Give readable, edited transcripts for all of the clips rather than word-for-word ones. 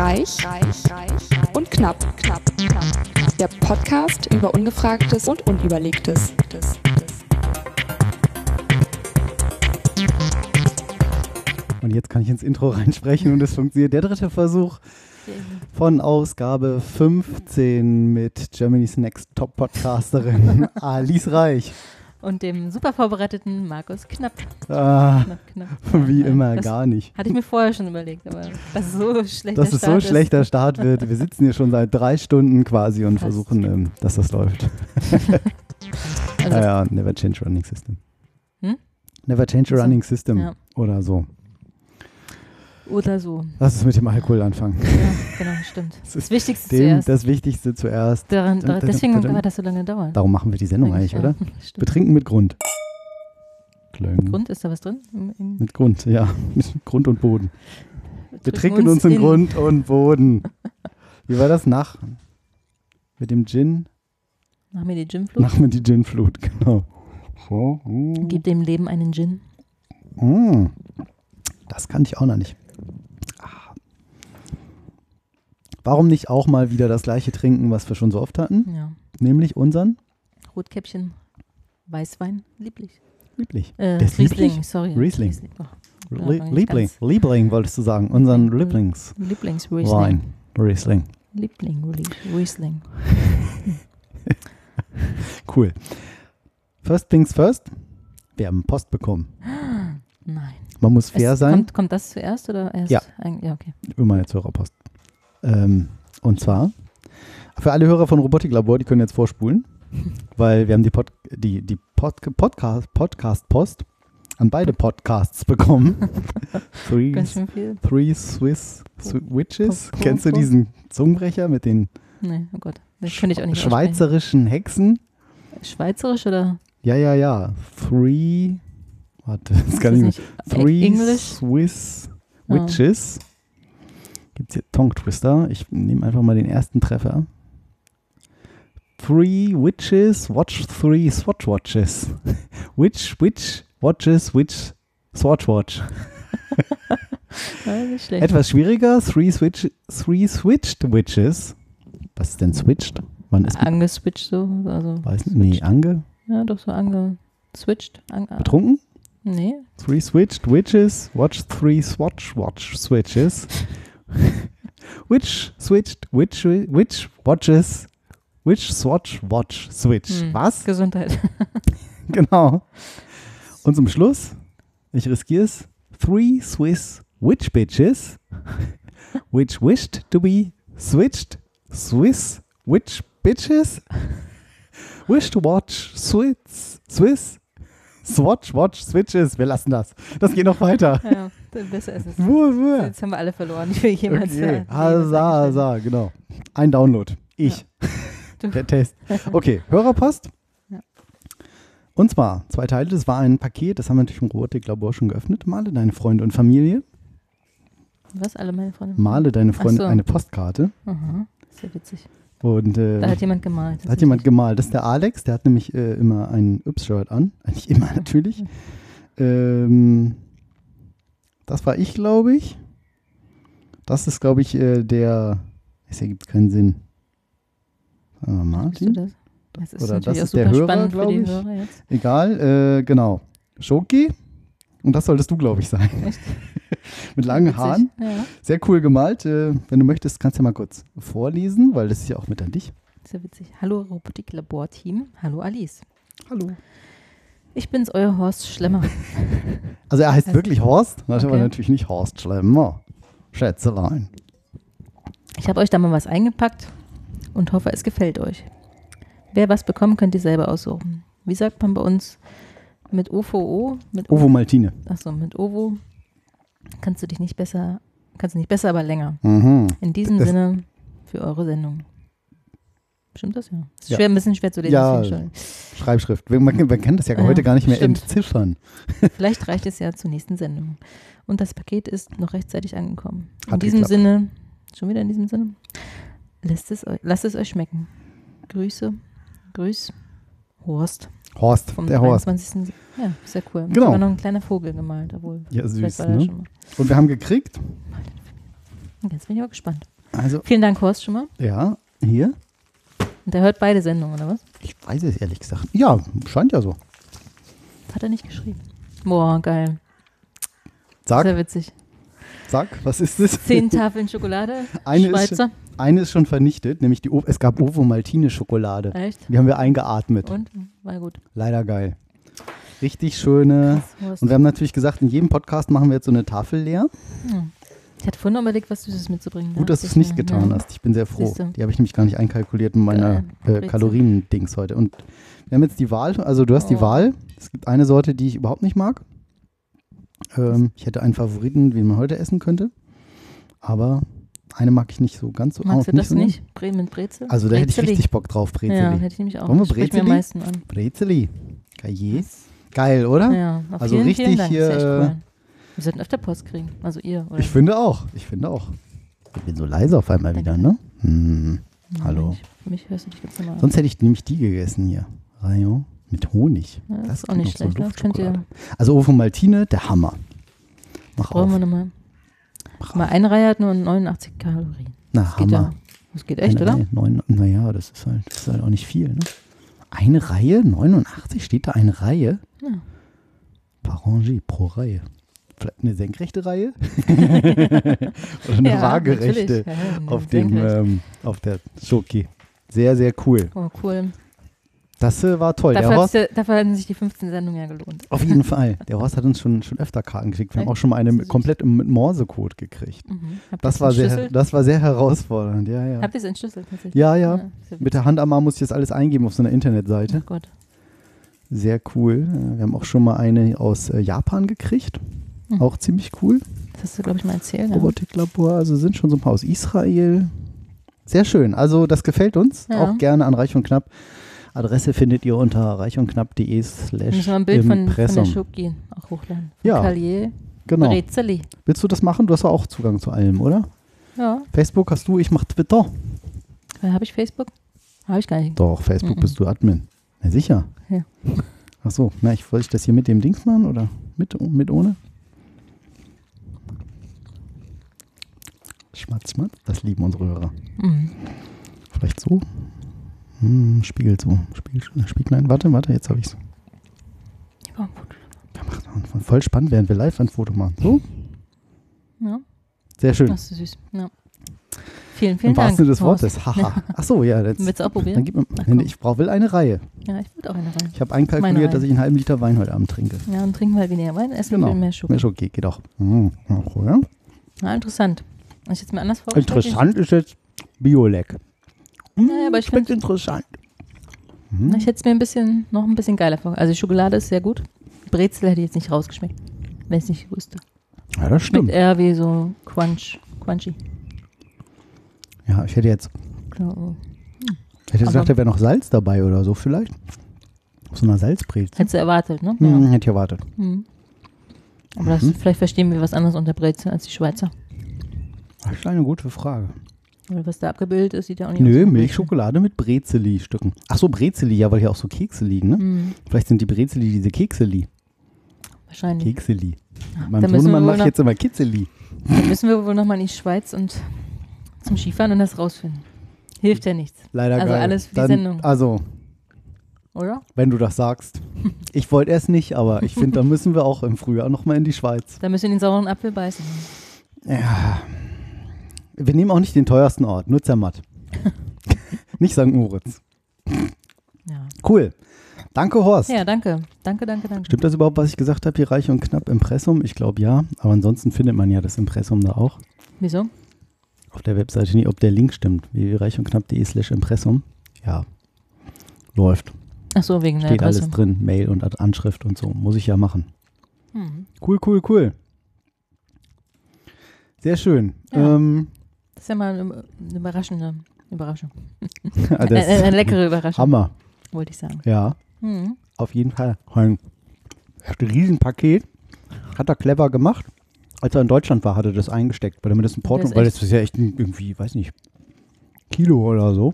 Reich und knapp. Der Podcast über Ungefragtes und Unüberlegtes. Und jetzt kann ich ins Intro reinsprechen und es funktioniert. Der dritte Versuch von Ausgabe 15 mit Germany's Next Top Podcasterin Alice Reich. Und dem super vorbereiteten Markus Knapp. Knapp. Wie immer, das gar nicht. Hatte ich mir vorher schon überlegt, aber dass es so schlechter Start wird. Wir sitzen hier schon seit 3 Stunden quasi und versuchen, dass das läuft. Also, never change running system. Never change a running system. Ja. Oder so. Oder so. Lass uns mit dem Alkohol anfangen. Ja, genau, stimmt. Das Wichtigste zuerst. Das Wichtigste zuerst. Deswegen hat das so lange gedauert. Darum machen wir die Sendung eigentlich, oder? Stimmt. Wir trinken mit Grund. Mit Grund? Ist da was drin? Mit Grund, ja. Mit Grund und Boden. Wir trinken uns in Grund und Boden. Wie war das? Mit dem Gin? Nach mir die Ginflut? Nach mir die Ginflut, genau. So. Gib dem Leben einen Gin. Das kannte ich auch noch nicht. Warum nicht auch mal wieder das gleiche trinken, was wir schon so oft hatten? Ja. Nämlich unseren Rotkäppchen Weißwein. Lieblich. Riesling, sorry. Riesling. Oh, Liebling wolltest du sagen. Unseren Lieblingswein. Lieblings-Riesling. Riesling. Riesling. Cool. First things first. Wir haben Post bekommen. Nein. Man muss fair sein. Kommt das zuerst oder erst? Ja. Ja, okay. Immer jetzt Hörerpost. Und zwar für alle Hörer von Robotiklabor, die können jetzt vorspulen, weil wir haben die Podcast-Post an beide Podcasts bekommen. Three Swiss Witches. Kennst du diesen Zungenbrecher mit den Nee, oh Gott. Das könnte ich auch nicht schweizerischen Hexen? Schweizerisch oder? Ja. Das kann ich nicht. Three Swiss Witches. Gibt es hier Tongue Twister? Ich nehme einfach mal den ersten Treffer. 3 Witches watch 3 Swatchwatches. Witch watches which Swatchwatch. Nicht schlecht. Etwas schwieriger. 3 switched Witches. Was ist denn switched? Wann ist angeswitcht so? Also weiß nicht. Nee, ange? Ja, doch so angeswitcht. Betrunken? Nee. 3 switched witches watch 3 swatch switches. Which watches which swatch watch switch. Was? Gesundheit. Genau. Und zum Schluss, ich riskiere es, 3 Swiss witch bitches which wished to be switched Swiss witch bitches wish to watch Swiss watch switches. Wir lassen das. Das geht noch weiter. Ja, besser ist es. Jetzt haben wir alle verloren. Ich will jemals okay. Genau. Ein Download. Ich. Ja. Der Test. Okay, Hörerpost. Ja. Und zwar 2 Teile. Das war ein Paket, das haben wir natürlich im Robotiklabor schon geöffnet. Male deine Freunde und Familie. Was? Alle meine Freunde? Male deine Freunde eine Postkarte. Aha, sehr witzig. Und, da hat jemand gemalt. Das ist der Alex, der hat nämlich immer ein Yps-Shirt an. Eigentlich immer natürlich. Das war ich, glaube ich. Das ist, glaube ich, der. Es ergibt keinen Sinn. Martin? Das? Das ist oder natürlich das auch ist der super Hörer, spannend für die glaube ich. Hörer jetzt. Egal, genau. Schoki. Und das solltest du, glaube ich, sein. Echt? Mit langen Haaren. Ja. Sehr cool gemalt. Wenn du möchtest, kannst du ja mal kurz vorlesen, weil das ist ja auch mit an dich. Sehr witzig. Hallo Robotiklabor-Team. Hallo Alice. Hallo. Ich bin's, euer Horst Schlemmer. Also er heißt wirklich Horst, okay. Aber natürlich nicht Horst Schlemmer. Schätzelein. Ich habe euch da mal was eingepackt und hoffe, es gefällt euch. Wer was bekommt, könnt ihr selber aussuchen. Wie sagt man bei uns? Mit OVO? Ovo Maltine. Achso, mit OVO kannst du nicht besser, aber länger. Mhm. In diesem Sinne für eure Sendung. Stimmt das? Ja. Ist ja. Ein bisschen schwer zu lesen. Ja, Schreibschrift. Man kann das ja heute gar nicht mehr entziffern. Vielleicht reicht es ja zur nächsten Sendung. Und das Paket ist noch rechtzeitig angekommen. Hat geklappt. Schon wieder in diesem Sinne, lasst es euch schmecken. Grüß, Horst. Horst, Vom der Horst. 21. Ja, sehr cool. Genau. Ich habe noch ein kleiner Vogel gemalt. Obwohl, ja, süß. Ne? Und wir haben gekriegt. Jetzt bin ich aber gespannt. Also, Vielen Dank, Horst, schon mal. ja, hier. Und der hört beide Sendungen, oder was? Ich weiß es ehrlich gesagt. Ja, scheint ja so. Hat er nicht geschrieben. Boah, geil. Sag, Sehr witzig. was ist das? 10 Tafeln Schokolade, Schweizer. Eine ist schon vernichtet, nämlich es gab Ovo-Maltine-Schokolade. Echt? Die haben wir eingeatmet. Und? War gut. Leider geil. Richtig schöne. Krass, Horst. Und wir haben natürlich gesagt, in jedem Podcast machen wir jetzt so eine Tafel leer. Ich hatte vorhin noch überlegt, was Süßes mitzubringen. Gut, dass du es nicht getan hast. Ich bin sehr froh. Siehste. Die habe ich nämlich gar nicht einkalkuliert in meiner Brezel. Kalorien-Dings heute. Und wir haben jetzt die Wahl, also du hast die Wahl. Es gibt eine Sorte, die ich überhaupt nicht mag. Ich hätte einen Favoriten, den man heute essen könnte. Aber eine mag ich nicht so ganz so. Magst du nicht das so nicht? Mit Brezel? Also da hätte ich Brezeli. richtig Bock drauf, Brezeli. Ja, hätte ich nämlich auch. Wollen wir Das spricht mir am Brezeli? meisten an. Brezeli. Geil. Geil, oder? Ja, auf Also vielen, richtig vielen Dank. hier, Das ist echt cool. Wir sollten öfter Post kriegen. Also ihr, oder? Ich finde auch. Ich bin so leise auf einmal wieder, ne? Hallo. Mich hörst du dich ganz normal an. Sonst hätte ich nämlich die gegessen hier. Rayon mit Honig. Ja, das ist auch klingt nicht noch so schlecht. Das könnt ihr, Luftschokolade. Also Ovo Maltine, der Hammer. Mach brauchen auf. wir nochmal. Mal eine Reihe hat nur 89 Kalorien. Na, Das geht Hammer. ja. Das geht echt, Eine oder? Reihe, naja, das ist halt auch nicht viel, ne? Eine Reihe? 89? Steht da eine Reihe? Ja. Par Rangée, pro Reihe. Vielleicht eine senkrechte Reihe? Oder eine Ja, waagerechte natürlich. Ja, auf senkrecht. auf der Schoki. Sehr, sehr cool. Oh, cool. Das war toll. Der Dafür, Horst, dafür hatten sich die 15 Sendungen ja gelohnt. auf jeden Fall. Der Horst hat uns schon öfter Karten gekriegt. Wir haben Echt? auch schon mal eine Das ist komplett mit Morsecode gekriegt. Habt Das ihr war es entschlüsselt? das war sehr herausfordernd. Ja, ja. Habt ihr es entschlüsselt tatsächlich? Ja, ja. Sehr Mit der Handarm muss ich das alles eingeben auf so einer Internetseite. Oh Gott. Sehr cool. Wir haben auch schon mal eine aus Japan gekriegt. Mhm. Auch ziemlich cool. Das hast du, glaube ich, mal erzählt. Ja. Robotiklabor, also sind schon so ein paar aus Israel. Sehr schön. Also das gefällt uns. Ja. Auch gerne an Reich und Knapp. Adresse findet ihr unter reichundknapp.de/. Müssen wir ein Bild von der Schoki auch hochladen. Von Ja, Kalier. Genau. Brezeli. Willst du das machen? Du hast ja auch Zugang zu allem, oder? Ja. Facebook hast du, ich mach Twitter. Habe ich Facebook? Habe ich gar nicht. Doch, Facebook bist du Admin. Na sicher. Ja. Ach so, na, wollte ich das hier mit dem Dings machen oder mit ohne? Schmatz, schmatz. Das lieben unsere Hörer. Mhm. Vielleicht so? Spiegelt so. Spieglein. Warte, jetzt habe ich es. Ja. Ja, macht voll spannend, während wir live ein Foto machen. So? Ja. Sehr schön. Das ist süß. Ja. Vielen, Im vielen Dank. wahrsten Sinne des Horst. Wortes. Haha. Ach so, ja. Willst du auch probieren? Dann gib mir, Ach, komm. ich will eine Reihe. Ja, ich würde auch eine rein. Ich habe Meine einkalkuliert, Reihe. dass ich einen halben Liter Wein heute Abend trinke. Ja, und trinken wir halt weniger Wein, essen Genau. viel mehr Schoki. Ist okay, geht auch. Ja. Ja, interessant. Habe ich jetzt mir anders vorgestellt? Interessant ist jetzt Biolek. Naja, aber ich Schmeckt find- interessant. Ich hätte es mir noch ein bisschen geiler vorgestellt. Also die Schokolade ist sehr gut. Brezel hätte ich jetzt nicht rausgeschmeckt, wenn ich es nicht wusste. Ja, das Schmeckt stimmt. eher wie so crunchy. Ja, ich hätte jetzt Klar. Ich hätte Aber- gedacht, da wäre noch Salz dabei oder so vielleicht. Auf so einer Salzbrezel. Hättest du erwartet, ne? Hätte ich erwartet. Mhm. Aber das, vielleicht verstehen wir was anderes unter Brezel als die Schweizer. Das ist eine gute Frage. Oder was da abgebildet ist, sieht ja auch nicht aus. Nö, wie Brezel. Milchschokolade mit Brezeli-Stücken. Ach so, Brezeli, ja, weil hier auch so Kekse liegen, ne? Mhm. Vielleicht sind die Brezeli diese Kekseli. Wahrscheinlich. Kekseli. Ja, Mein da müssen Sohnemann wir wohl macht noch- jetzt immer Kitzeli. Dann müssen wir wohl nochmal in die Schweiz und zum Skifahren und das rausfinden. Hilft ja nichts, Leider Also geil. alles für die Sendung. Also, oder? wenn du das sagst. Ich wollte erst nicht, aber ich finde, da müssen wir auch im Frühjahr nochmal in die Schweiz. Da müssen wir den sauren Apfel beißen. Ja. Wir nehmen auch nicht den teuersten Ort, nur Zermatt. Nicht St. Moritz. Ja. Cool. Danke, Horst. Ja, danke. Danke. Stimmt das überhaupt, was ich gesagt habe, hier Reich und Knapp Impressum? Ich glaube ja, aber ansonsten findet man ja das Impressum da auch. Wieso? Auf der Webseite nie, ob der Link stimmt. www.reichundknapp.de/Impressum. Ja, läuft. Ach so, wegen der Steht Adresse. alles drin. Mail und Anschrift und so. Muss ich ja machen. Hm. Cool. Sehr schön. Ja. Das ist ja mal eine überraschende Überraschung. Das Eine leckere Überraschung, Hammer. wollte ich sagen. Ja, Hm. auf jeden Fall. Ein Riesenpaket. Hat er clever gemacht. Als er in Deutschland war, hat er das eingesteckt, weil damit das in Porto, Das ist weil echt- das ist ja echt irgendwie, weiß nicht, Kilo oder so.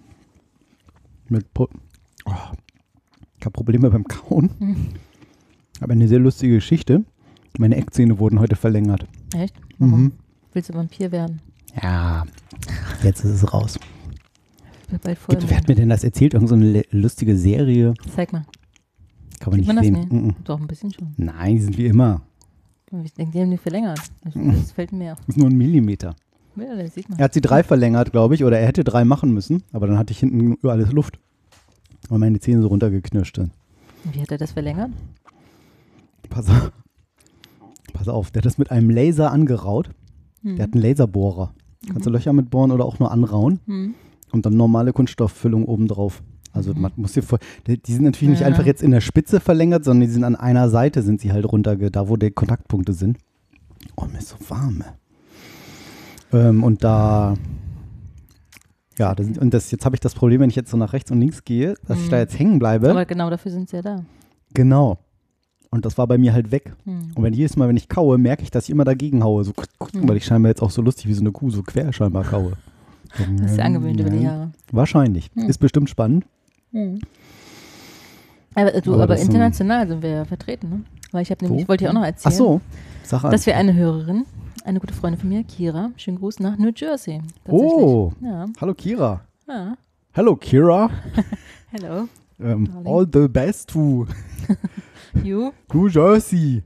Ich habe Probleme beim Kauen. Hm. Aber eine sehr lustige Geschichte. Meine Eckzähne wurden heute verlängert. Echt? Warum? Mhm. Willst du Vampir werden? Ja, jetzt ist es raus. Wird bald voll. Wer hat mir denn das erzählt? Irgend so eine lustige Serie? Zeig mal. Kann man Sieht nicht man sehen. das nicht? Doch, ein bisschen schon. Nein, die sind wie immer. Ich denke, die haben die verlängert. Das fällt mir auf. Das ist nur ein Millimeter. Ja, das sieht man. Er hat sie 3 verlängert, glaube ich, oder er hätte 3 machen müssen, aber dann hatte ich hinten über alles Luft, weil meine Zähne so runtergeknirscht sind. Wie hat er das verlängert? Pass auf, der hat das mit einem Laser angeraut. Der hat einen Laserbohrer. Kannst du Löcher mit bohren oder auch nur anrauen und dann normale Kunststofffüllung obendrauf. Also man muss dir die sind natürlich nicht einfach jetzt in der Spitze verlängert, sondern die sind an einer Seite, sind sie halt da wo die Kontaktpunkte sind. Oh, mir ist so warm. Und da, ja, jetzt habe ich das Problem, wenn ich jetzt so nach rechts und links gehe, dass ich da jetzt hängen bleibe. Aber genau dafür sind sie ja da. Genau. Und das war bei mir halt weg. Und wenn jedes Mal, wenn ich kaue, merke ich, dass ich immer dagegen haue. So, weil ich scheinbar jetzt auch so lustig wie so eine Kuh, so quer scheinbar kaue. Das ist ja angewöhnt über die Jahre. Wahrscheinlich. Ist bestimmt spannend. Aber international sind wir ja vertreten, ne? Weil ich wollte dir auch noch erzählen. Ach so, Sache dass wir eine Hörerin, eine gute Freundin von mir, Kira, schönen Gruß nach New Jersey. Oh, ja. Hallo Kira. Ja. Hello Kira. Hello. All the best to You. New Jersey.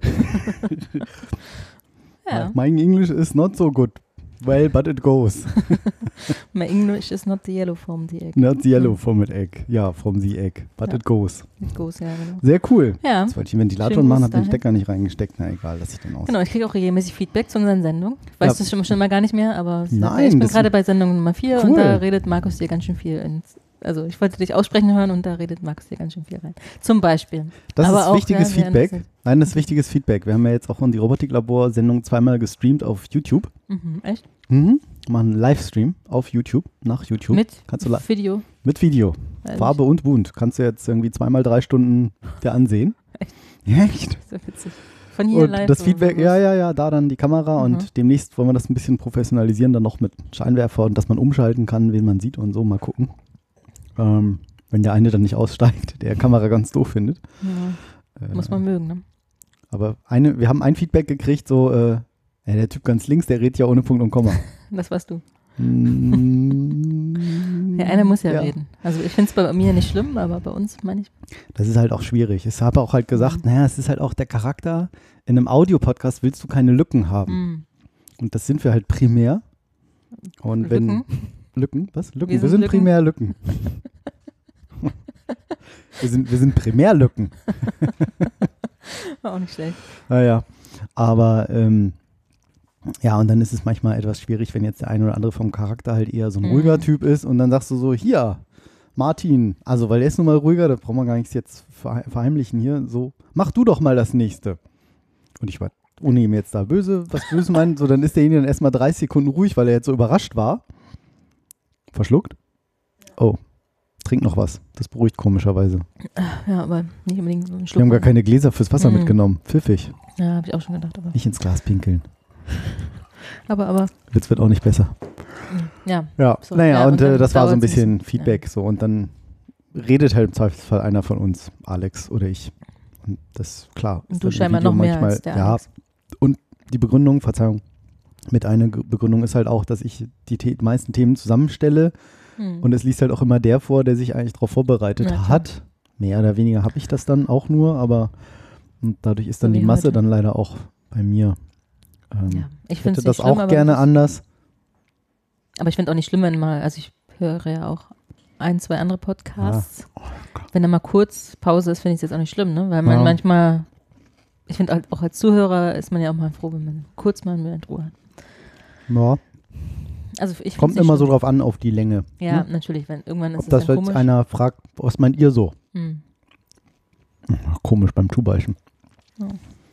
Ja. My English is not so good. Well, but it goes. My English is not the yellow from the egg. Not the yellow from the egg. Ja, from the egg. But it goes. It goes, ja, genau. Sehr cool. Ja. Jetzt wollte ich den Ventilator machen, habe den Stecker nicht reingesteckt. Na egal, lass ich den aus. Genau, ich kriege auch regelmäßig Feedback zu unseren Sendungen. Ich weiß das schon mal gar nicht mehr, aber Nein, ich bin gerade bei Sendung Nummer 4 cool. und da redet Markus dir ganz schön viel also ich wollte dich aussprechen hören und da redet Markus dir ganz schön viel rein. Zum Beispiel. Das aber ist auch, wichtiges Feedback. Nein, das ist wichtiges Feedback. Wir haben ja jetzt auch die Robotiklabor-Sendung zweimal gestreamt auf YouTube. Echt? Machen einen Livestream auf YouTube, nach YouTube. Mit Video? Mit Video. Farbe und bunt. Kannst du jetzt irgendwie 2x3 Stunden dir ansehen. Echt? Ja, echt. Das ist witzig. Von hier und live. Das Feedback, ja, da dann die Kamera und demnächst wollen wir das ein bisschen professionalisieren, dann noch mit Scheinwerfer und dass man umschalten kann, wen man sieht und so, mal gucken. Wenn der eine dann nicht aussteigt, der Kamera ganz doof findet. Ja. Muss man mögen, ne? Aber wir haben ein Feedback gekriegt, so, der Typ ganz links, der redet ja ohne Punkt und Komma. Das warst du. Ja, einer muss ja reden. Also ich finde es bei mir nicht schlimm, aber bei uns meine ich. Das ist halt auch schwierig. Ich habe auch halt gesagt, es ist halt auch der Charakter. In einem Audiopodcast willst du keine Lücken haben. Und das sind wir halt primär. Und wenn Lücken? Was? Lücken? Wir sind primär Lücken. wir sind primär Lücken. Auch nicht schlecht. Naja, aber ja, und dann ist es manchmal etwas schwierig, wenn jetzt der eine oder andere vom Charakter halt eher so ein ruhiger Typ ist und dann sagst du so, hier, Martin, also weil er ist nun mal ruhiger, da brauchen wir gar nichts jetzt verheimlichen hier, so, mach du doch mal das nächste. Und ich war, ohne ihm jetzt da was böse meinen, so, dann ist derjenige dann erstmal 30 Sekunden ruhig, weil er jetzt so überrascht war. Verschluckt? Oh, trink noch was. Das beruhigt komischerweise. Ja, aber nicht unbedingt so einen Schluck. Wir haben gar keine Gläser fürs Wasser mitgenommen. Pfiffig. Ja, habe ich auch schon gedacht. Aber nicht ins Glas pinkeln. Aber. Jetzt wird auch nicht besser. Ja. So, naja, und das war so ein bisschen Feedback. Ja. So, und dann redet halt im Zweifelsfall einer von uns, Alex oder ich. Und das, klar. Und du scheinbar noch mehr als der Alex. Ja, und die Begründung, Verzeihung, mit einer Begründung ist halt auch, dass ich die meisten Themen zusammenstelle. Und es liest halt auch immer der vor, der sich eigentlich darauf vorbereitet hat. Mehr oder weniger habe ich das dann auch nur, aber und dadurch ist dann die Masse dann leider auch bei mir. Ich hätte das schlimm, auch gerne anders. Aber ich finde auch nicht schlimm, wenn mal, also ich höre ja auch 1, 2 andere Podcasts. Ja. Wenn da mal kurz Pause ist, finde ich es jetzt auch nicht schlimm, ne? Weil man manchmal, ich finde auch als Zuhörer ist man ja auch mal froh, wenn man kurz mal einen Moment Ruhe hat. Ja. Also ich kommt immer so drauf an, auf die Länge. Ja, natürlich, wenn irgendwann ist es dann komisch. Dass einer fragt, was meint ihr so? Komisch beim Zubeißen. Ja.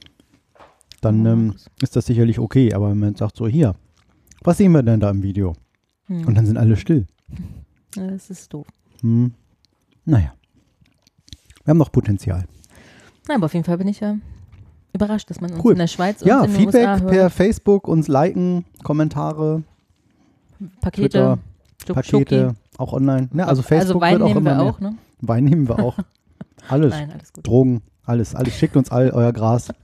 Dann ist das sicherlich okay, aber wenn man sagt so, hier, was sehen wir denn da im Video? Und dann sind alle still. Ja, das ist doof. Naja, wir haben noch Potenzial. Na, aber auf jeden Fall bin ich ja überrascht, dass man uns in der Schweiz und in den Feedback USA hört. Per Facebook, uns liken, Kommentare, Pakete, Twitter, Pakete, auch online. Ja, also Facebook Wein wird auch nehmen immer wir mehr. auch, ne? Wein nehmen wir auch. Alles. Nein, alles gut. Drogen, alles. Schickt uns all euer Gras.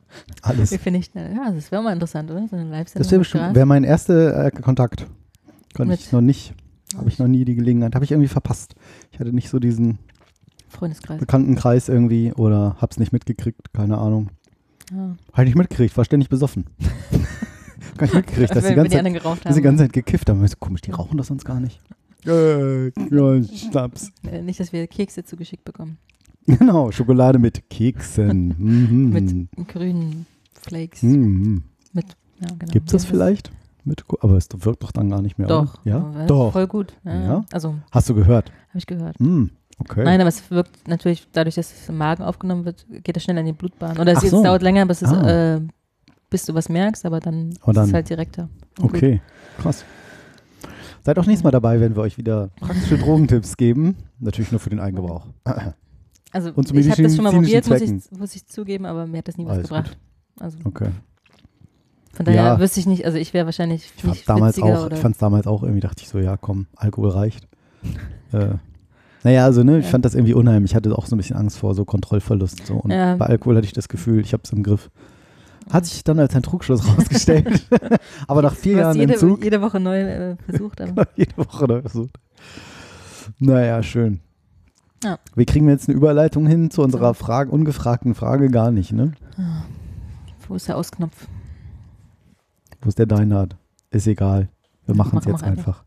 Alles. Wie finde ich denn? Ja, das wäre mal interessant, oder? So eine Live-Sendung. Das wäre mein erster Kontakt. Konnte ich noch nicht. Habe ich noch nie die Gelegenheit. Habe ich irgendwie verpasst. Ich hatte nicht so diesen Freundeskreis. Bekanntenkreis irgendwie oder hab's nicht mitgekriegt. Keine Ahnung. Ja. Habe ich nicht mitgekriegt. War ständig besoffen. Gar nicht mitgekriegt, dass Wenn die die anderen geraucht ganze haben. Zeit gekifft haben. So, komisch, die rauchen das sonst gar nicht. Ja, Schnaps. Nicht, dass wir Kekse zugeschickt bekommen. Genau, Schokolade mit Keksen. Mhm. Mit grünen Flakes. Mhm. Mit, ja, genau. Gibt es das vielleicht? Aber es wirkt doch dann gar nicht mehr, Doch. oder? Ja, aber doch. Voll gut. Ja? Also, Hast du gehört? habe ich gehört. Okay. Nein, aber es wirkt natürlich, dadurch, dass es im Magen aufgenommen wird, geht es schneller in die Blutbahn. Oder Ach es so. dauert länger, bis du was merkst, aber dann ist es halt direkter. Okay, krass. Seid auch nächstes Mal dabei, wenn wir euch wieder praktische Drogentipps geben. Natürlich nur für den Eigengebrauch. Also Und zu ich habe das schon mal probiert, medizinischen muss ich zugeben, aber mir hat das nie was Alles gebracht. Also Okay. von daher Ja. wüsste ich nicht, also ich wäre wahrscheinlich Ich nicht fand witziger es damals auch irgendwie, dachte ich so, ja komm, Alkohol reicht. Naja, also ich fand das irgendwie unheimlich. Ich hatte auch so ein bisschen Angst vor so Kontrollverlust. So. Und bei Alkohol hatte ich das Gefühl, ich habe es im Griff. Hat sich dann als ein Trugschluss rausgestellt. Aber nach 4 Jahren Entzug. Jede Woche neu versucht. Aber. Jede Woche neu versucht. Naja, schön. Ja. Wie kriegen wir jetzt eine Überleitung hin zu unserer ungefragten Frage? Gar nicht, ne? Wo ist der Ausknopf? Wo ist der Deinhard? Ist egal. Wir machen es jetzt Mach einfach.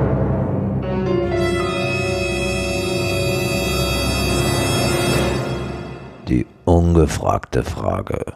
Die ungefragte Frage.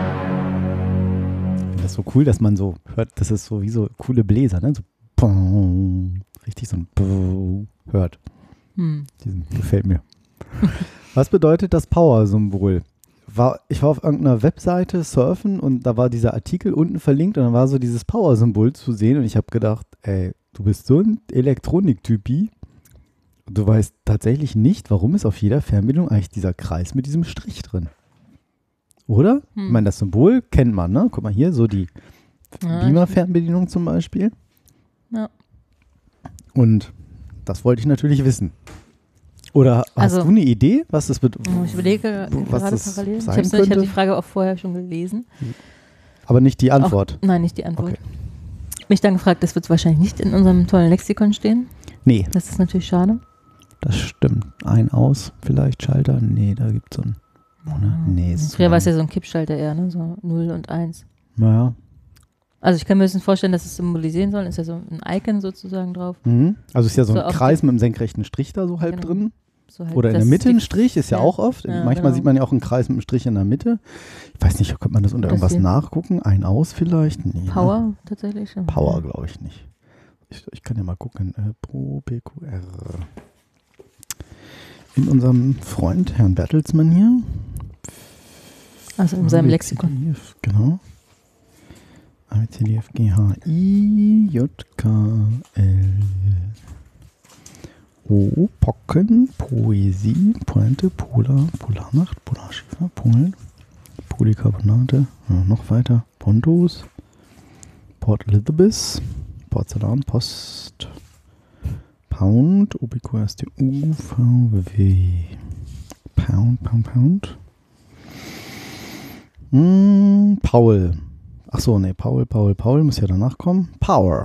Das ist so cool, dass man so hört, das ist so wie so coole Bläser, ne? So richtig so ein hört. Diesen gefällt mir. Was bedeutet das Power-Symbol? Ich war auf irgendeiner Webseite surfen und da war dieser Artikel unten verlinkt und dann war so dieses Power-Symbol zu sehen und ich habe gedacht, ey, du bist so ein Elektronik-Typi. Du weißt tatsächlich nicht, warum ist auf jeder Fernbedienung eigentlich dieser Kreis mit diesem Strich drin. Oder? Ich meine, das Symbol kennt man, ne? Guck mal hier, so die Beamer-Fernbedienung zum Beispiel. Ja. Und das wollte ich natürlich wissen. Oder hast du eine Idee, was das bedeutet? Ich überlege was gerade das parallel. sein Ich habe die Frage auch vorher schon gelesen. Aber nicht die Antwort? Nein, nicht die Antwort. Okay. Mich dann gefragt, das wird wahrscheinlich nicht in unserem tollen Lexikon stehen. Nee. Das ist natürlich schade. Das stimmt. Ein Aus, vielleicht Schalter? Nee, da gibt es so ein. Oder? Nee, ist Früher war es ja so ein Kippschalter eher, ne? So 0 und 1. Naja. Also ich kann mir ein bisschen vorstellen, dass es symbolisieren soll. Ist ja so ein Icon sozusagen drauf. Mhm. Also ist ja so So ein auf Kreis mit einem senkrechten Strich da so halb Genau. drin. So halt Oder in der Mitte ein Strich, ist ja auch oft. Ja, Manchmal genau. sieht man ja auch einen Kreis mit einem Strich in der Mitte. Ich weiß nicht, könnte man das unter Das irgendwas hier. nachgucken? Ein Aus vielleicht? Nee, ne? Power tatsächlich. Power glaube ich nicht. Ich kann ja mal gucken. Pro PQR. In unserem Freund Herrn Bertelsmann hier. Also in seinem Lexikon. Genau. A, B, C, D, F, G, H, I, J, K, L, O, Pocken, Poesie, Pointe, Polar, Polarnacht, Polarschiefer, Polen, Polycarbonate, noch weiter, Pontos, Port Elizabeth, Porzellan, Post, Pound, UBQSTU, VW, Pound. Paul. Achso, nee, Paul muss ja danach kommen. Power.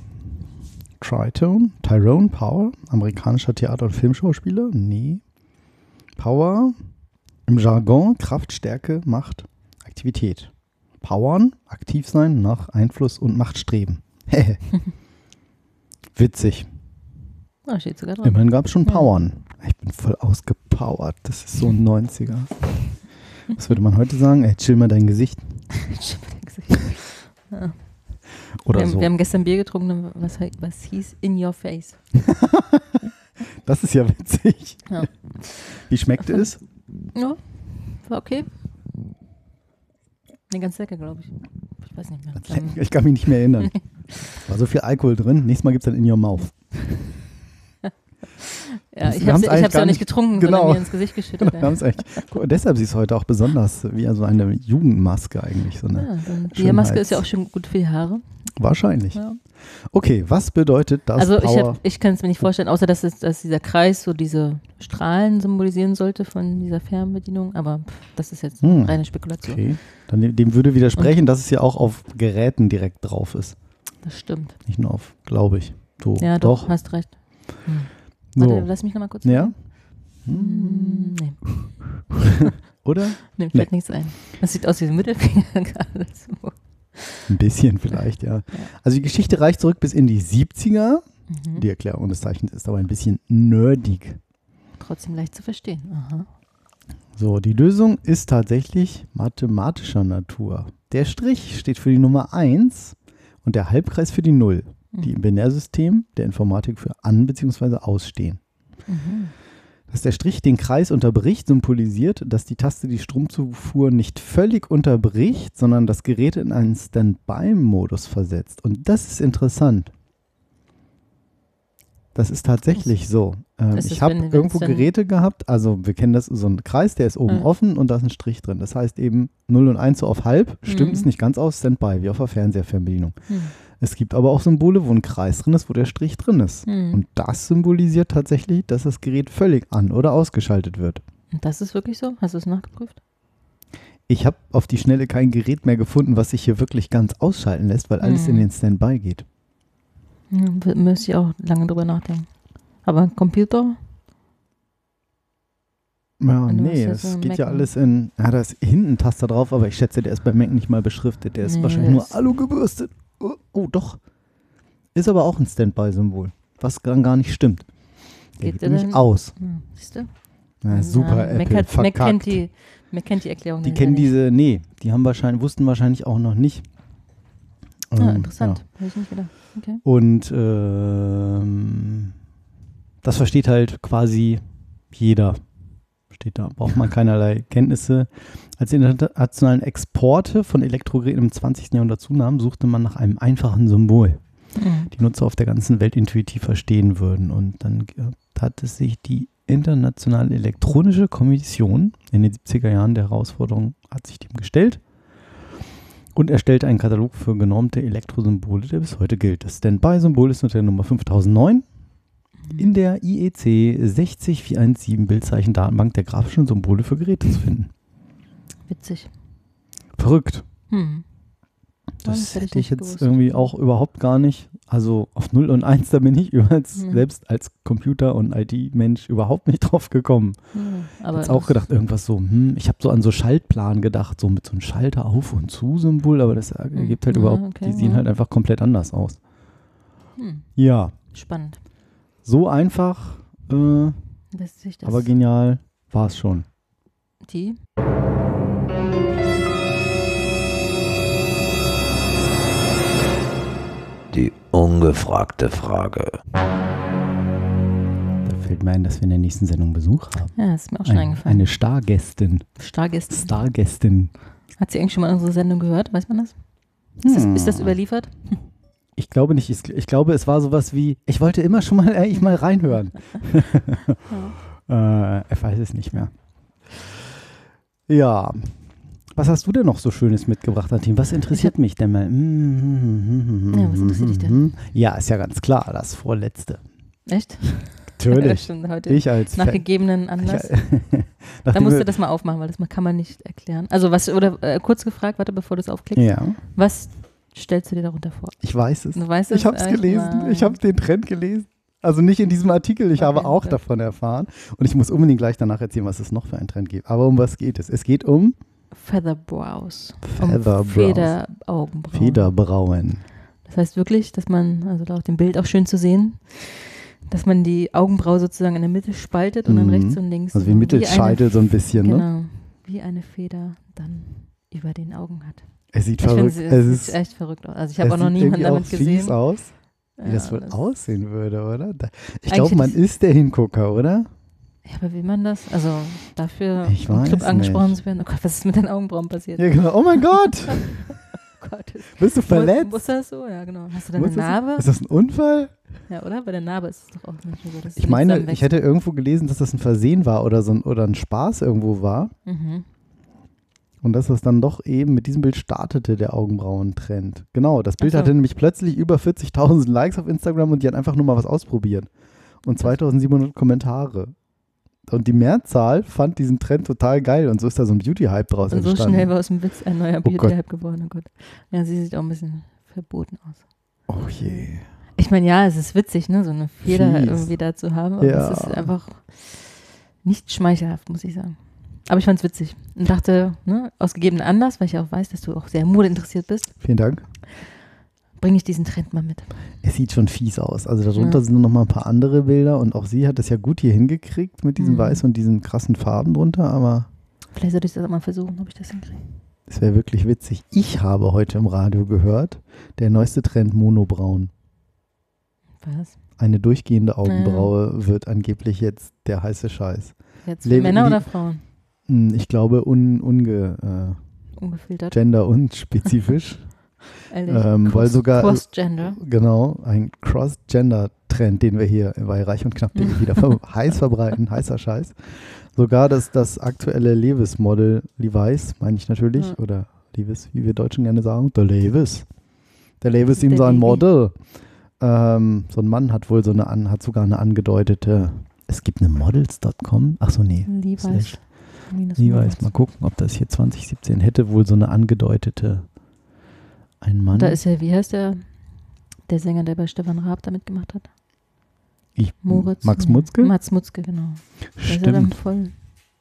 Tyrone Power, amerikanischer Theater- und Filmschauspieler? Nee. Power, im Jargon, Kraft, Stärke, Macht, Aktivität. Powern, aktiv sein, nach Einfluss und Macht streben. Witzig. Ah, steht sogar dran. Immerhin gab es schon Powern. Ich bin voll ausgepowert. Das ist so ein 90er. Was würde man heute sagen? Ey, chill mal dein Gesicht. Ja. Oder so. Wir haben gestern Bier getrunken, was hieß In Your Face. Das ist ja witzig. Ja. Wie schmeckte es? Ja, war okay. Ne, ganz lecker, glaube ich. Ich weiß nicht mehr. Ich kann mich nicht mehr erinnern. War so viel Alkohol drin. Nächstes Mal gibt es dann In Your Mouth. Ja, ich habe es ja nicht getrunken, sondern mir ins Gesicht geschüttet. Wir haben's eigentlich, deshalb sieht es heute auch besonders wie so eine Jugendmaske eigentlich. So eine die Maske ist ja auch schon gut für die Haare. Wahrscheinlich. Ja. Okay, was bedeutet das Also ich kann es mir nicht vorstellen, außer dass dieser Kreis so diese Strahlen symbolisieren sollte von dieser Fernbedienung, aber das ist jetzt reine Spekulation. Okay, dann dem würde widersprechen, dass es ja auch auf Geräten direkt drauf ist. Das stimmt. Nicht nur auf, glaube ich. So, ja, doch, hast recht. Warte, lass mich nochmal kurz. Ja? Nee. Oder? Nee, fällt nichts ein. Das sieht aus wie ein Mittelfinger gerade. So. Ein bisschen vielleicht, ja. Also die Geschichte reicht zurück bis in die 70er. Die Erklärung des Zeichens ist aber ein bisschen nerdig. Trotzdem leicht zu verstehen. Aha. So, die Lösung ist tatsächlich mathematischer Natur. Der Strich steht für die Nummer 1 und der Halbkreis für die 0, die im Binärsystem der Informatik für an- bzw. ausstehen. Dass der Strich den Kreis unterbricht, symbolisiert, dass die Taste die Stromzufuhr nicht völlig unterbricht, sondern das Gerät in einen Standby-Modus versetzt. Und das ist interessant. Das ist tatsächlich so. Ich habe irgendwo Geräte gehabt, also wir kennen das, so ein Kreis, der ist oben offen und da ist ein Strich drin. Das heißt eben 0 und 1 so auf halb, stimmt es nicht ganz aus, Standby, wie auf der Fernseherfernbedienung. Es gibt aber auch Symbole, wo ein Kreis drin ist, wo der Strich drin ist. Und das symbolisiert tatsächlich, dass das Gerät völlig an- oder ausgeschaltet wird. Und das ist wirklich so? Hast du es nachgeprüft? Ich habe auf die Schnelle kein Gerät mehr gefunden, was sich hier wirklich ganz ausschalten lässt, weil alles in den Standby geht. Müsste ich auch lange drüber nachdenken. Aber ein Computer? Ja, nee, es geht ja alles in, da ist hinten ein Taster drauf, aber ich schätze, der ist bei Mac nicht mal beschriftet. Der ist wahrscheinlich nur Alu gebürstet. Oh, doch. Ist aber auch ein Standby-Symbol, was dann gar nicht stimmt. Der geht nämlich aus. Siehst du? Ja, super, Apple, verkackt. Mac kennt die Erklärung Die kennen diese, die haben wussten wahrscheinlich auch noch nicht. Interessant. Hätte ich nicht gedacht. Okay. Und das versteht halt quasi jeder. Steht da, braucht man keinerlei Kenntnisse. Als die internationalen Exporte von Elektrogeräten im 20. Jahrhundert zunahmen, suchte man nach einem einfachen Symbol, die Nutzer auf der ganzen Welt intuitiv verstehen würden. Und dann hat es sich die Internationale Elektronische Kommission in den 70er Jahren der Herausforderung, hat sich dem gestellt und erstellte einen Katalog für genormte Elektrosymbole, der bis heute gilt. Das Standby-Symbol ist unter der Nummer 5009 in der IEC 60417 Bildzeichen-Datenbank der grafischen Symbole für Geräte zu finden. Witzig. Verrückt. Das hätte ich jetzt irgendwie auch überhaupt gar nicht. Also auf 0 und 1, da bin ich selbst als Computer- und IT-Mensch überhaupt nicht drauf gekommen. Ich habe jetzt auch gedacht, irgendwas so, ich habe so an so Schaltplan gedacht, so mit so einem Schalter auf- und zu-Symbol, aber das ergibt halt überhaupt, die sehen halt einfach komplett anders aus. Ja. Spannend. So einfach, aber genial war es schon. Die? Die ungefragte Frage. Da fällt mir ein, dass wir in der nächsten Sendung Besuch haben. Ja, ist mir auch schon eingefallen. Eine Stargästin. Stargästin. Hat sie eigentlich schon mal unsere Sendung gehört? Weiß man das? Ist das überliefert? Ich glaube nicht. Ich glaube, es war sowas wie, ich wollte immer schon mal mal reinhören. Ich weiß es nicht mehr. Ja. Was hast du denn noch so Schönes mitgebracht, Nadine? Was interessiert mich denn mal? Ja, was interessiert dich denn? Ja, ist ja ganz klar, das Vorletzte. Echt? Natürlich. Stimmt, heute ich als nach gegebenen Anlass. Da musst du das mal aufmachen, weil das kann man nicht erklären. Also kurz gefragt, warte, bevor du es aufklickst. Ja. Was stellst du dir darunter vor? Ich weiß es. Du weißt es? Ich habe es gelesen. Ich habe den Trend gelesen. Also nicht in diesem Artikel, ich habe auch davon erfahren. Und ich muss unbedingt gleich danach erzählen, was es noch für einen Trend gibt. Aber um was geht es? Es geht um Featherbrows. Featheraugenbrauen. Federbrauen. Das heißt wirklich, dass man, also da auf dem Bild auch schön zu sehen, dass man die Augenbraue sozusagen in der Mitte spaltet und dann rechts und links. Also wie ein Mittelscheitel so ein bisschen, ne? Genau, wie eine Feder dann über den Augen hat. Es sieht verrückt aus. Es sieht echt verrückt aus. Also ich habe auch noch niemanden damit gesehen. Fies aus, wie das wohl aussehen würde, oder? Ich glaube, man ist der Hingucker, oder? Ja, aber will man das? Also dafür im Club angesprochen zu werden. Oh Gott, was ist mit den Augenbrauen passiert? Ja, genau. Oh mein Gott! Gott. Bist du verletzt? Muss das so? Ja, genau. Hast du da eine Narbe? Ist das ein Unfall? Ja, oder? Bei der Narbe ist es doch auch manchmal so. Dass Ich meine, ich hätte irgendwo gelesen, dass das ein Versehen war oder ein Spaß irgendwo war. Mhm. Und dass das dann doch eben mit diesem Bild startete, der Augenbrauentrend. Genau, das Bild Ach so. hatte nämlich plötzlich über 40.000 Likes auf Instagram und die hat einfach nur mal was ausprobiert. Und 2.700 Kommentare. Und die Mehrzahl fand diesen Trend total geil und so ist da so ein Beauty-Hype draus Und so entstanden. schnell war aus dem Witz ein neuer Oh Gott. Beauty-Hype geworden. Oh Gott. Ja, sie sieht auch ein bisschen verboten aus. Oh je. Ich meine, ja, es ist witzig, ne, so eine Feder Fies. irgendwie da zu haben, aber Ja. es ist einfach nicht schmeichelhaft, muss ich sagen. Aber ich fand es witzig und dachte, ne, aus gegebenem Anlass, weil ich auch weiß, dass du auch sehr modeinteressiert bist, Vielen Dank. bringe ich diesen Trend mal mit. Es sieht schon fies aus. Also darunter Ja. sind noch mal ein paar andere Bilder und auch sie hat das ja gut hier hingekriegt mit diesem Mhm. Weiß und diesen krassen Farben drunter, aber Vielleicht sollte ich das auch mal versuchen, ob ich das hinkriege. es wäre wirklich witzig. Ich habe heute im Radio gehört, der neueste Trend Monobraun. Was? Eine durchgehende Augenbraue wird angeblich jetzt der heiße Scheiß. Jetzt für Lebe- Männer lie- oder Frauen? Ich glaube Ungefiltert. gender unspezifisch, Ehrlich. weil sogar Cross-Gender. genau ein Cross-Gender-Trend, den wir hier bei Reich und Knapp wieder heiß verbreiten, heißer Scheiß. Sogar das aktuelle Levis-Model, Levi's, meine ich natürlich, Ja. oder Levis, wie wir Deutschen gerne sagen, der Levis. Der Levis ihm Der sein Levi. Model. So ein Mann hat wohl hat sogar eine angedeutete, es gibt eine Models.com, ach so, nee. Levi's. Levi's, mal gucken, ob das hier 2017 hätte wohl so eine angedeutete, ein Mann. Da ist ja, wie heißt der Sänger, der bei Stefan Raab da mitgemacht hat? Moritz. Max Nee. Mutzke? Mats Mutzke, genau. Da ist er dann Stimmt. voll.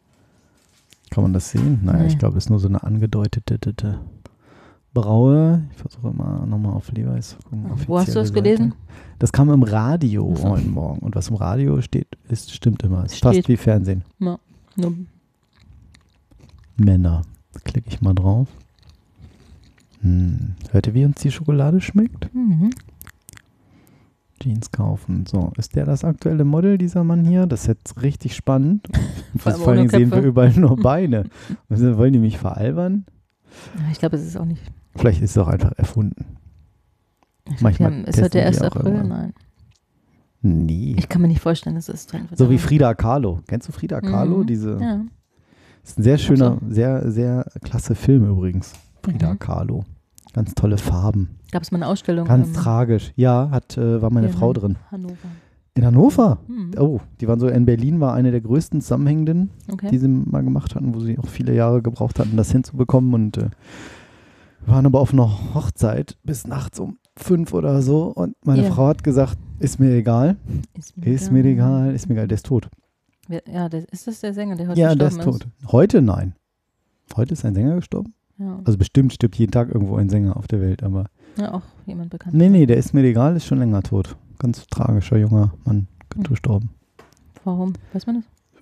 Kann man das sehen? Naja, Nee. ich glaube, es ist nur so eine angedeutete Braue. Ich versuche mal nochmal auf Levi's zu gucken. Wo hast du das offizielle gelesen? Seite. Das kam im Radio Ach so. heute Morgen. Und was im Radio steht, stimmt immer. Es ist Steht. fast wie Fernsehen. Ja. Nur Männer. Klicke ich mal drauf. Hört ihr, wie uns die Schokolade schmeckt? Mhm. Jeans kaufen. So, ist der das aktuelle Model, dieser Mann hier? Das ist jetzt richtig spannend. Vor allem Vor allem ohne sehen wir Köpfe. überall nur Beine. Wollen die mich veralbern? Ja, ich glaube, es ist auch nicht. Vielleicht ist es auch einfach erfunden. Manchmal Ist heute der testen 1. die auch April? irgendwann. Nein. Nee. Ich kann mir nicht vorstellen, dass es Trend wird. So wie Frida Kahlo. Kennst du Frida Kahlo? Diese Ja. ist ein sehr schöner, sehr, sehr klasse Film übrigens. Frida Mhm. Kahlo. Ganz tolle Farben. Gab es mal eine Ausstellung? Ganz tragisch. Ja, war meine hier Frau in drin. Hannover. In Hannover? Mhm. Oh, die waren so in Berlin, war eine der größten zusammenhängenden, Okay. die sie mal gemacht hatten, wo sie auch viele Jahre gebraucht hatten, das hinzubekommen. Und waren aber auf einer Hochzeit bis nachts um 5 oder so. Und meine Ja. Frau hat gesagt, ist mir egal, ist mir egal, ist mir egal, der ist tot. Ja, ist das der Sänger, der heute Ja, der gestorben ist tot. Heute nein. Heute ist ein Sänger gestorben. Ja. Also bestimmt stirbt jeden Tag irgendwo ein Sänger auf der Welt, aber Ja, auch jemand bekannt. nee, der ist mir egal, ist schon länger tot. Ganz tragischer junger Mann gestorben. Warum? Weiß man das?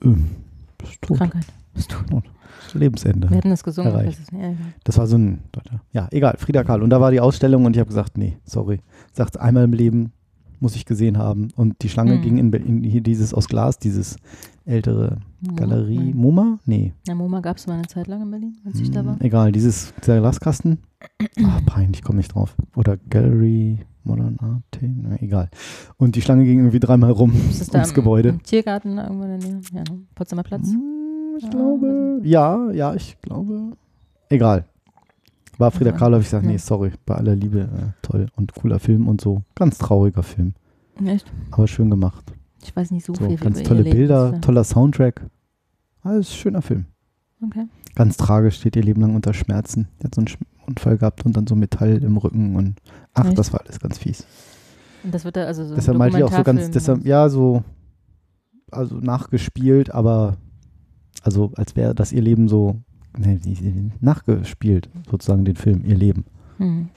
Ist tot. Krankheit. Ist tot. Lebensende. Wir hatten das gesungen. Erreicht. Ich weiß es nicht. Ja, egal. Das war so ein, ja, egal, Frida Kahlo. Und da war die Ausstellung und ich habe gesagt, nee, sorry. Sagt, einmal im Leben muss ich gesehen haben. Und die Schlange ging in hier dieses aus Glas, dieses ältere Galerie. Ja. MoMA? Nee. Ja, MoMA gab es mal eine Zeit lang in Berlin, als ich da war. Egal, dieser Glaskasten. Peinlich, ich komme nicht drauf. Oder Gallery, Modern Art, egal. Und die Schlange ging irgendwie dreimal rum Ist das da ums Gebäude. im Tiergarten da irgendwo in der Nähe? Ja, ne? Potsdamer Platz. Ich glaube, ja, ich glaube. Egal. War Frida Ja. Kahlo, habe ich gesagt, Ja. nee, sorry, bei aller Liebe, toll und cooler Film und so. Ganz trauriger Film, Echt? aber schön gemacht. Ich weiß nicht so So, viel ganz über tolle ihr Leben. Bilder, toller Soundtrack. Alles schöner Film. Okay. Ganz tragisch, steht ihr Leben lang unter Schmerzen. Die hat so einen Unfall gehabt und dann so Metall im Rücken und Echt? das war alles ganz fies. Und das wird da also so Deshalb ein meinte ich auch so ganz, Dokumentarfilm deshalb, oder ja, so, also nachgespielt, aber also als wäre das ihr Leben so, nachgespielt, sozusagen den Film, ihr Leben. was? Hm.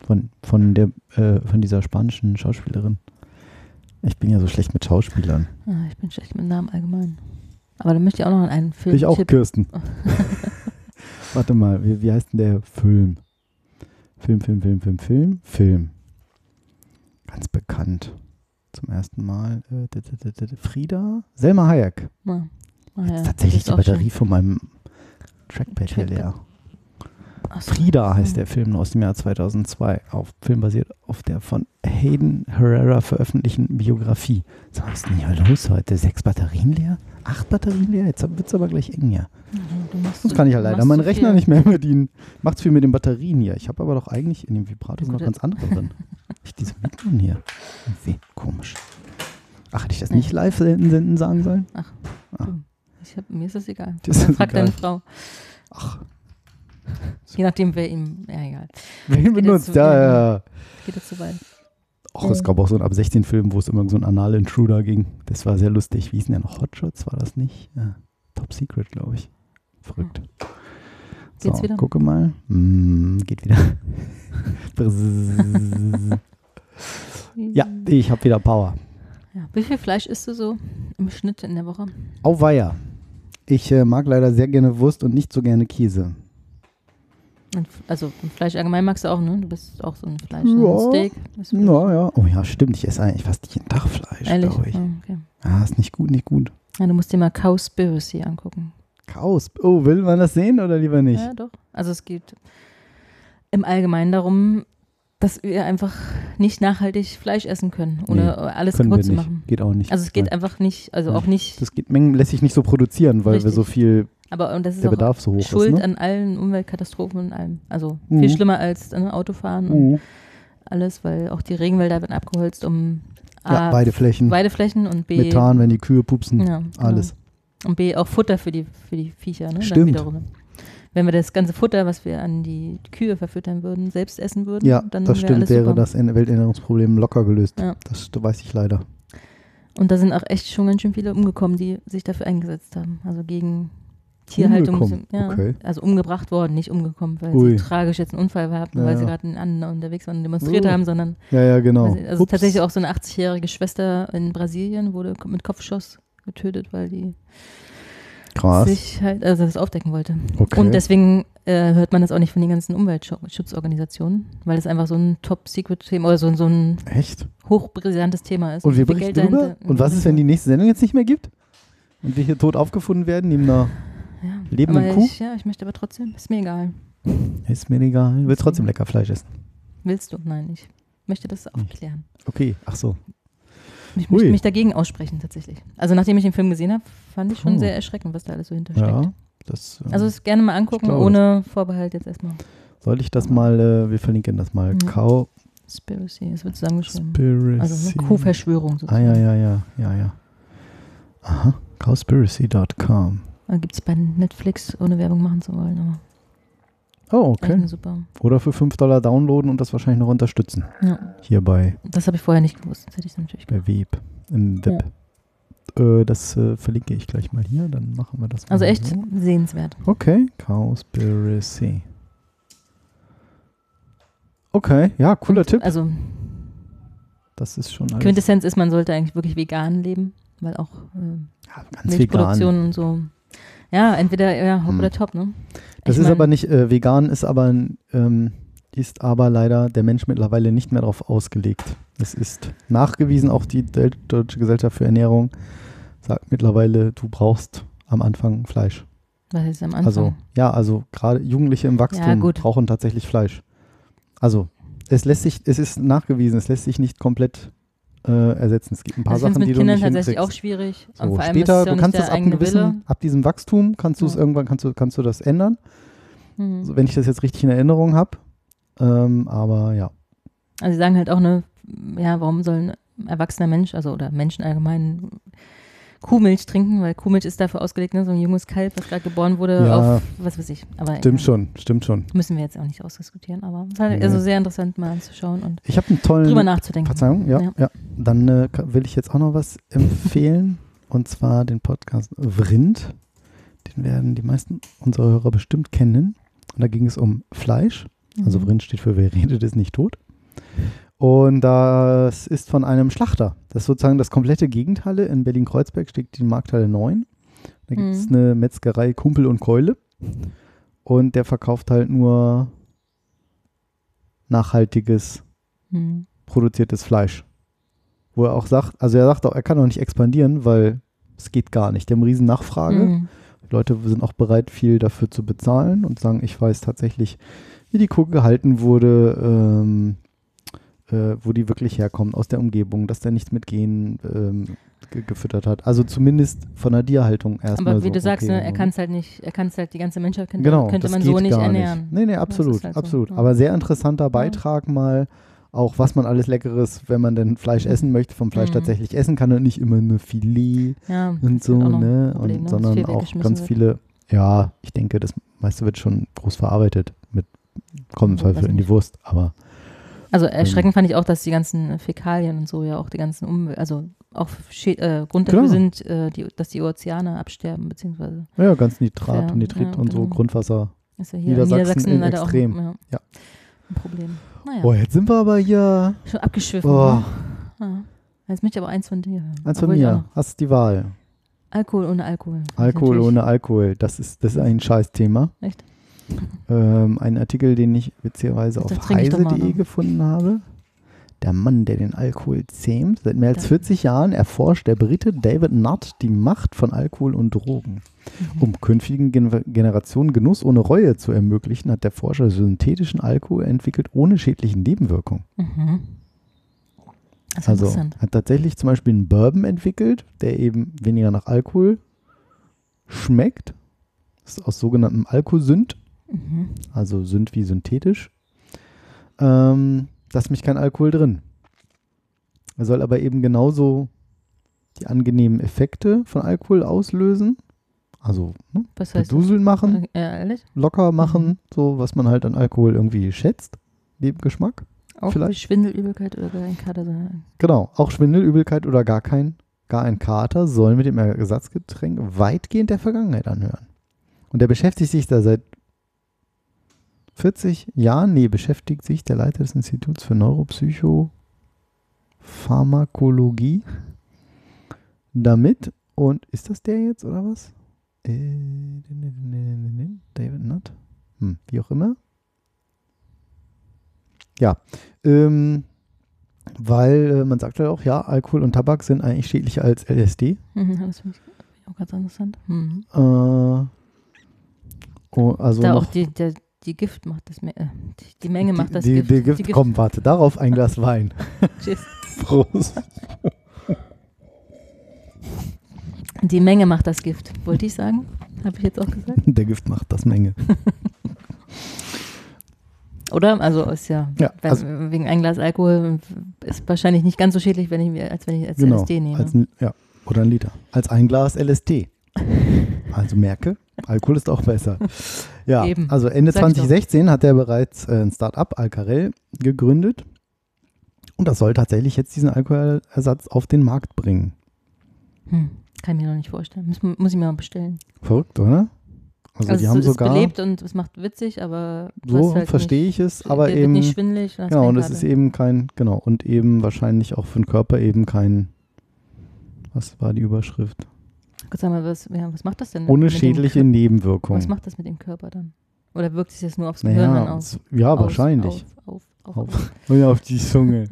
Von dieser spanischen Schauspielerin. Ich bin ja so schlecht mit Schauspielern. Ich bin schlecht mit Namen allgemein. Aber dann möchte ich auch noch an einen Film. Ich auch, Kirsten. Warte mal, wie heißt denn der Film? Film. Ganz bekannt. Zum ersten Mal. Frida? Selma Hayek. Ja. Ah, ja. Jetzt tatsächlich Das die ist auch Batterie von meinem Trackpad hier Trackpad. leer. Ach so. Frida heißt der Film aus dem Jahr 2002. Film basiert auf der von Hayden Herrera veröffentlichten Biografie. So, was ist denn hier los heute? 6 Batterien leer? 8 Batterien leer? Jetzt wird es aber gleich eng hier. Das kann ich ja leider meinen Rechner nicht mehr bedienen. Macht's viel mit den Batterien hier. Ich habe aber doch eigentlich in dem Vibrator noch ganz andere drin. Ich diese Mikron hier. Irgendwie komisch. Ach, hätte ich das nicht live senden sagen sollen? Ach. Mir ist das egal. Frag deine Frau. Ach. Je nachdem, wer ihm. Ja, egal. Wer ihn benutzt, ja. Geht das zu weit? Ach, es gab auch so einen ab 16 Film, wo es immer so ein Anal-Intruder ging. Das war sehr lustig. Wie hieß denn der noch? Hotshots war das nicht? Ja. Top Secret, glaube ich. Verrückt. So, Geht's wieder? Gucke mal. Geht wieder. Ja, ich habe wieder Power. Ja. Wie viel Fleisch isst du so im Schnitt in der Woche? Auweia. Ich mag leider sehr gerne Wurst und nicht so gerne Käse. Also Fleisch allgemein magst du auch, ne? Du bist auch so ein Fleisch, ein Steak. Ja. Oh ja, stimmt. Ich esse eigentlich fast jeden Tag Fleisch, glaube ich. Oh, okay. Ah, ist nicht gut. Ja, du musst dir mal Cowspiracy angucken. Oh, will man das sehen oder lieber nicht? Ja, doch. Also es geht im Allgemeinen darum, dass wir einfach nicht nachhaltig Fleisch essen können, ohne alles kaputt zu machen. Geht auch nicht. Also es geht einfach nicht, also auch nicht. Das lässt sich nicht so produzieren, weil wir so viel, und das ist der auch Bedarf so hoch Schuld ist. Ne? an allen Umweltkatastrophen und allem. Also viel schlimmer als Autofahren und alles, weil auch die Regenwälder werden abgeholzt, um A, Weideflächen und B, Methan, wenn die Kühe pupsen, ja, alles. Genau. Und B, auch Futter für die Viecher. Ne? Stimmt. Dann wiederum. Wenn wir das ganze Futter, was wir an die Kühe verfüttern würden, selbst essen würden, ja, dann das stimmt, wäre das Welternährungsproblem locker gelöst. Ja. Das weiß ich leider. Und da sind auch echt schon ganz schön viele umgekommen, die sich dafür eingesetzt haben. Also gegen Tierhaltung. Ja, okay. Also umgebracht worden, nicht umgekommen, weil sie tragisch jetzt einen Unfall hatten, weil sie gerade unterwegs waren und demonstriert haben, sondern ja, genau. Also tatsächlich auch so eine 80-jährige Schwester in Brasilien wurde mit Kopfschuss getötet, weil die sich halt, also das aufdecken wollte. Okay. Und deswegen hört man das auch nicht von den ganzen Umweltschutzorganisationen, weil das einfach so ein Top-Secret-Thema oder so ein Echt? hochbrisantes Thema ist. Und wir berichten darüber? Und was ist, wenn die nächste Sendung jetzt nicht mehr gibt? Und wir hier tot aufgefunden werden, neben einer lebenden Kuh? Ich möchte aber trotzdem, ist mir egal. Ist mir egal. Du willst trotzdem lecker Fleisch essen? Willst du? Nein, ich möchte das aufklären. Okay, ach so. Ich möchte mich dagegen aussprechen, tatsächlich. Also nachdem ich den Film gesehen habe, fand ich schon sehr erschreckend, was da alles so hintersteckt. Ja, also es gerne mal angucken, ohne Vorbehalt jetzt erstmal. Sollte ich das mal, wir verlinken das mal. Cowspiracy, es wird zusammengeschrieben. Also eine Kuhverschwörung sozusagen. Ja. Aha, cowspiracy.com. Da gibt es bei Netflix, ohne Werbung machen zu wollen. Aber oh, okay. Super. Oder für $5 downloaden und das wahrscheinlich noch unterstützen. Ja. Hierbei. Das habe ich vorher nicht gewusst. Das hätte ich natürlich bei Web. Im Web. Ja. Das verlinke ich gleich mal hier, dann machen wir das mal. Also echt sehenswert. Okay, Cowspiracy. Okay, ja, cooler Tipp. Also das ist schon alles. Quintessenz ist, man sollte eigentlich wirklich vegan leben, weil auch Milchproduktion und so. Ja, entweder hopp oder top, ne? Das ist aber nicht, vegan ist aber leider der Mensch mittlerweile nicht mehr darauf ausgelegt. Es ist nachgewiesen, auch die Deutsche Gesellschaft für Ernährung sagt mittlerweile, du brauchst am Anfang Fleisch. Was ist am Anfang? Also gerade Jugendliche im Wachstum brauchen tatsächlich Fleisch. Also es ist nachgewiesen, es lässt sich nicht komplett ersetzen. Es gibt ein paar Sachen, die du nicht hinkriegst. tatsächlich auch schwierig. So, vor allem später, du kannst es ab diesem Wachstum, kannst du es irgendwann, kannst du das ändern. So, wenn ich das jetzt richtig in Erinnerung habe. Aber ja. Also sie sagen halt auch, warum soll ein erwachsener Mensch, oder Menschen allgemein Kuhmilch trinken, weil Kuhmilch ist dafür ausgelegt, so ein junges Kalb, was gerade geboren wurde, auf was weiß ich. Aber stimmt schon. Müssen wir jetzt auch nicht ausdiskutieren, aber es ist halt also sehr interessant mal anzuschauen und ich habe einen tollen, drüber nachzudenken. Verzeihung, ja. Dann will ich jetzt auch noch was empfehlen und zwar den Podcast Vrind. Den werden die meisten unserer Hörer bestimmt kennen. Und da ging es um Fleisch. Also Vrind steht für Wer redet, ist nicht tot. Und das ist von einem Schlachter. Das ist sozusagen das komplette Gegenteil. In Berlin-Kreuzberg steht die Markthalle 9. Da gibt es eine Metzgerei Kumpel und Keule. Und der verkauft halt nur nachhaltiges, produziertes Fleisch. Wo er auch sagt, er sagt auch, er kann auch nicht expandieren, weil es geht gar nicht. Die haben riesen Nachfrage. Leute sind auch bereit, viel dafür zu bezahlen und sagen, ich weiß tatsächlich, wie die Kuh gehalten wurde, wo die wirklich herkommt, aus der Umgebung, dass der nichts mit Gen gefüttert hat. Also zumindest von der Tierhaltung erstmal. Aber wie so, du sagst, okay, ne, er kann es halt nicht, die ganze Menschheit könnte das man geht so nicht gar ernähren. Nee, absolut, halt so, absolut. ja. Aber sehr interessanter Beitrag mal, auch was man alles Leckeres, wenn man denn Fleisch essen möchte, vom Fleisch tatsächlich essen kann und nicht immer nur Filet und so, ne? Problem, Und, sondern auch ganz viele, ja, ich denke, das meiste wird schon groß verarbeitet kommt im Zweifel in die Wurst, aber also erschreckend fand ich auch, dass die ganzen Fäkalien und so ja auch die ganzen Grund dafür sind, dass die Ozeane absterben, beziehungsweise ja, ganz Nitrat, Nitrit und so, Grundwasser. Ist ja hier in Niedersachsen leider extrem. auch ein Problem. Naja. Boah, jetzt sind wir aber hier schon abgeschwiffen. Ne? Ja. Jetzt möchte ich aber eins von dir hören. Eins von mir. Hast die Wahl. Alkohol ohne Alkohol. Alkohol ohne Alkohol. Das ist ein Scheißthema. Echt? Ein Artikel, den ich witzigerweise auf heise.de gefunden habe. Der Mann, der den Alkohol zähmt. Seit mehr als 40 Jahren erforscht der Brite David Nutt die Macht von Alkohol und Drogen. Um künftigen Generationen Genuss ohne Reue zu ermöglichen, hat der Forscher synthetischen Alkohol entwickelt, ohne schädlichen Nebenwirkungen. Das ist also interessant. hat tatsächlich zum Beispiel einen Bourbon entwickelt, der eben weniger nach Alkohol schmeckt. Das ist aus sogenanntem Alkosynt. Also Synt wie synthetisch. Da ist nämlich kein Alkohol drin. Er soll aber eben genauso die angenehmen Effekte von Alkohol auslösen. Also beduseln machen, locker machen, so was man halt an Alkohol irgendwie schätzt, neben Geschmack. Auch vielleicht. Schwindel, Übelkeit oder gar ein Kater sein. Genau, auch Schwindel, Übelkeit oder gar ein Kater soll mit dem Ersatzgetränk weitgehend der Vergangenheit anhören. Und der beschäftigt sich da seit 40 Jahren, beschäftigt sich der Leiter des Instituts für Neuropsychopharmakologie damit. Und ist das der jetzt oder was? David Nutt? Wie auch immer. Ja, weil man sagt halt auch, ja, Alkohol und Tabak sind eigentlich schädlicher als LSD. Das finde ich auch ganz interessant. Also da noch, auch die Gift macht das, die Menge macht das Gift. Die Gift, komm, warte, darauf ein Glas Wein. Tschüss. Prost. Die Menge macht das Gift, wollte ich sagen. Habe ich jetzt auch gesagt. Der Gift macht das Menge. Oder? Also ist wegen ein Glas Alkohol ist wahrscheinlich nicht ganz so schädlich, als wenn ich LSD nehme. Oder ein Liter. Als ein Glas LSD. Also merke, Alkohol ist auch besser. Ja, eben. Also Ende 2016 hat er bereits ein Start-up, Alcarell, gegründet. Und das soll tatsächlich jetzt diesen Alkoholersatz auf den Markt bringen. Kann ich mir noch nicht vorstellen. Muss ich mir mal bestellen. Verrückt, oder? Also die haben sogar belebt und es macht witzig, aber so halt verstehe ich es, aber eben nicht schwindelig. Genau, und es ist eben und eben wahrscheinlich auch für den Körper eben kein, was war die Überschrift? Sag mal, was macht das denn? Ohne schädliche Nebenwirkungen. Was macht das mit dem Körper dann? Oder wirkt sich das nur aufs Gehirn dann aus? Ja, wahrscheinlich. Auf die Zunge.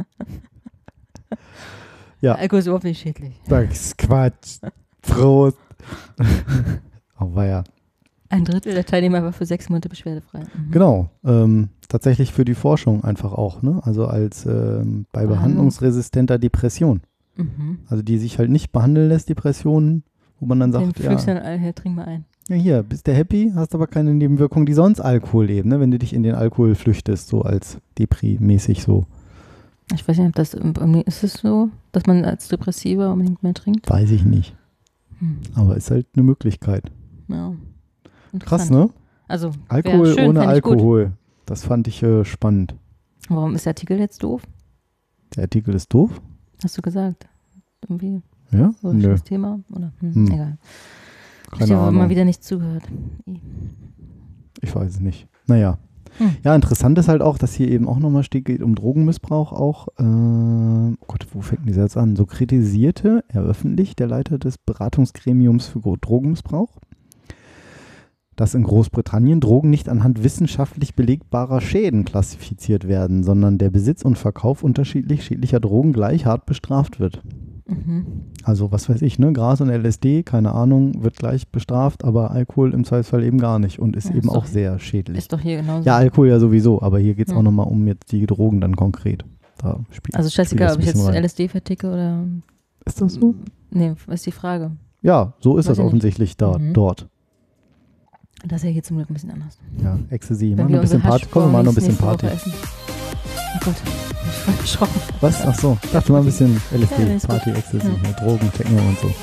Ja. Alkohol ist überhaupt nicht schädlich. Das ist Quatsch. Prost. Aber ja. 1/3 der Teilnehmer war für 6 Monate beschwerdefrei. Genau. Tatsächlich für die Forschung einfach auch, ne? Also als bei behandlungsresistenter Depression. Also die sich halt nicht behandeln lässt, Depressionen, wo man dann sagt, trink mal ein. Ja, hier, bist du happy, hast aber keine Nebenwirkungen, die sonst Alkohol eben, ne? Wenn du dich in den Alkohol flüchtest, so als Depri-mäßig so. Ich weiß nicht, ist es so, dass man als Depressiver unbedingt mehr trinkt? Weiß ich nicht. Aber ist halt eine Möglichkeit. Ja. Krass, ne? Also Alkohol schön, ohne Alkohol. Das fand ich spannend. Warum ist der Artikel jetzt doof? Der Artikel ist doof? Hast du gesagt. Irgendwie. Ja? So ein schönes Thema? Oder? Egal. Keine ich habe Ahnung. mal wieder nicht zugehört. Ich weiß es nicht. Naja. Ja, interessant ist halt auch, dass hier eben auch nochmal steht, geht um Drogenmissbrauch auch. Oh Gott, wo fängt dieser jetzt an? So kritisierte er öffentlich der Leiter des Beratungsgremiums für Drogenmissbrauch, dass in Großbritannien Drogen nicht anhand wissenschaftlich belegbarer Schäden klassifiziert werden, sondern der Besitz und Verkauf unterschiedlich schädlicher Drogen gleich hart bestraft wird. Also was weiß ich, ne? Gras und LSD, keine Ahnung, wird gleich bestraft, aber Alkohol im Zweifelsfall eben gar nicht und ist Ja, eben ist auch doch- sehr schädlich. Ist doch hier genauso. Ja, Alkohol ja sowieso, aber hier geht es Ja. auch nochmal um jetzt die Drogen dann konkret. Da spielt, Also spielt scheißegal, das ob ich ein bisschen jetzt rein. LSD verticke oder... Ist das so? Nee, was ist die Frage? Ja, so ist Weiß das ich nicht. offensichtlich Mhm. dort. Das ist ja hier zum Glück ein bisschen anders. Ja, Ecstasy, Wenn machen wir wir ein bisschen unsere Party. Komm, wir machen noch ein bisschen nächste Woche Party. essen. Oh Gott, ich bin voll erschrocken. Was? Ach so, ich dachte mal ein bisschen Ja, LSD, ist gut. Party, Ecstasy, Ja. Drogen, Techno und so.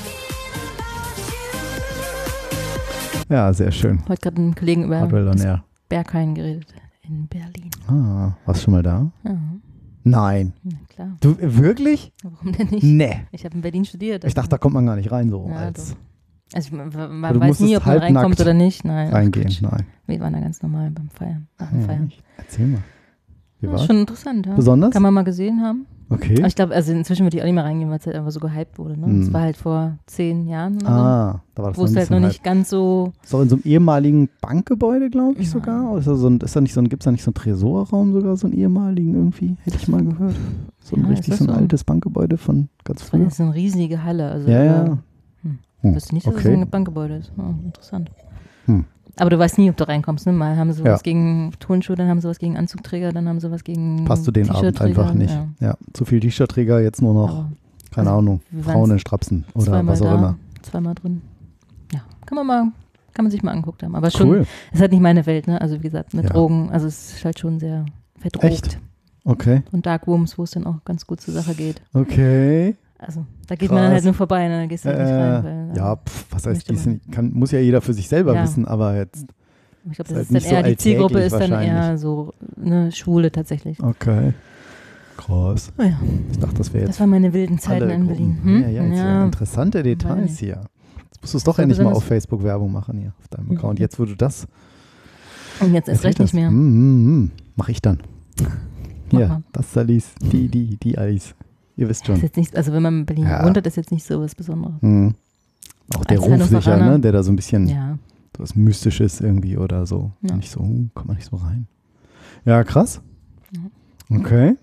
Ja, sehr schön. Heute gerade einen Kollegen über Hardware on das Air. Berghain geredet in Berlin. Ah, warst du schon mal da? Ja, Nein. na klar. Du, wirklich? Warum denn nicht? Nee. Ich habe in Berlin studiert. Ich dachte, da kommt man gar nicht rein so Ja, als doch. Also man du weiß nie, musstest ob man reinkommt halbnackt oder nicht. Nein. ach reingehen. Quatsch. Nein. Wir waren da ganz normal beim Feiern. Nach dem Feiern. Erzähl mal. Wie Ja, war's? ist schon interessant, ja. Besonders? Kann man mal gesehen haben. Aber Okay. ich glaube, also inzwischen würde ich auch nicht mehr reingehen, weil es halt einfach so gehypt wurde. Ne? Das war halt vor 10 Jahren oder Ah, da war das so. Wo es halt noch nicht ganz so... Ist doch in so einem ehemaligen Bankgebäude, glaube ich Ja. sogar. Oder ist da nicht so ein, gibt's da nicht so einen Tresorraum sogar, so einen ehemaligen irgendwie? Hätte ich mal gehört. So ein Ja, richtig ist so das ein so? altes Bankgebäude von ganz Das war früher. jetzt so eine riesige Halle. Also Ja, ja. Ich wüsste nicht, dass es okay. ein Bankgebäude ist. Oh, interessant. Hm. Aber du weißt nie, ob du reinkommst. Ne? Mal haben sie sowas Ja. gegen Turnschuhe, dann haben sie was gegen Anzugträger, dann haben sie was gegen Passt du den Abend T-Shirt-Träger. einfach nicht. Ja. Ja, zu viel T-Shirt-Träger, jetzt nur noch, Aber keine also, Ahnung, wir Frauen waren's in Strapsen oder zweimal was auch da, immer. zweimal drin. Ja, kann man sich mal anguckt haben. Aber schon, Cool. ist halt nicht meine Welt, ne? Also wie gesagt, mit Ja. Drogen, also es ist halt schon sehr verdrogt. Echt? Okay. Und Darkrooms, wo es dann auch ganz gut zur Sache geht. Okay. Also da geht man dann Krass. halt nur vorbei, ne? Da gehst du halt nicht rein. Weil, Ja, was heißt, möchte muss ja jeder für sich selber Ja. wissen, aber jetzt, ich glaube, ist das halt ist dann nicht so eher, die Zielgruppe alltäglich ist dann eher wahrscheinlich. so ne, Schwule tatsächlich. okay. Krass. Oh ja, Ich dachte, das wäre das jetzt waren meine wilden Zeiten alle in Gruppen. Berlin. Ja, jetzt ja. Interessante Details nicht. hier. Jetzt musst du es doch So endlich mal besonders- auf Facebook Werbung machen hier, auf deinem Account. Jetzt, wo du das Und jetzt erst recht nicht mehr. Mach ich dann. Mach Hier, mal. das Alice, die Alice. Ihr wisst Ist schon. jetzt nicht, also wenn man in Berlin Ja. wohnt, ist jetzt nicht so was Besonderes. Mhm. Auch der Als Ruf sicher, Hannoveraner. ne? Der da so ein bisschen Ja. so was Mystisches irgendwie oder so. Ja. Nicht so, kommt man nicht so rein. Ja, krass. Ja. Okay.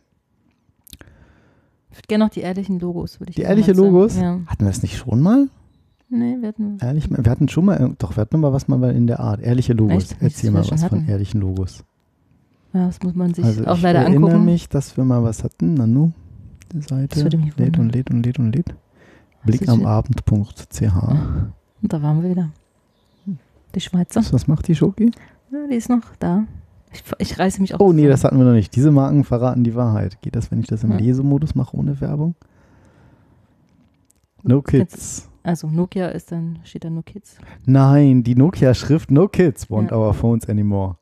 Ich würde gerne noch die ehrlichen Logos, würde ich Die gerne ehrlichen mal sagen. Logos? Ja. Hatten wir das nicht schon mal? Nee, wir hatten. Ehrlich, wir hatten schon mal, doch, wir hatten mal was mal in der Art. Ehrliche Logos. Echt? Erzähl Dass mal wir schon was von hatten. ehrlichen Logos. Ja, das muss man sich Also auch ich leider erinnere angucken. mich, dass wir mal was hatten. Nanu, die Das Seite würde mich lädt wundern. und lädt und lädt und lädt. ist hier? Blickamabend.ch. Und da waren wir wieder. Die Schweizer. Was macht die Schoki? Ja, die ist noch da. Ich reiße mich auch. Oh nee, das zusammen. hatten wir noch nicht. Diese Marken verraten die Wahrheit. Geht das, wenn ich das im Ja. Lesemodus mache, ohne Werbung? No Kids. Also Nokia ist dann, steht da No Kids. Nein, die Nokia-Schrift No Kids want Ja. our phones anymore.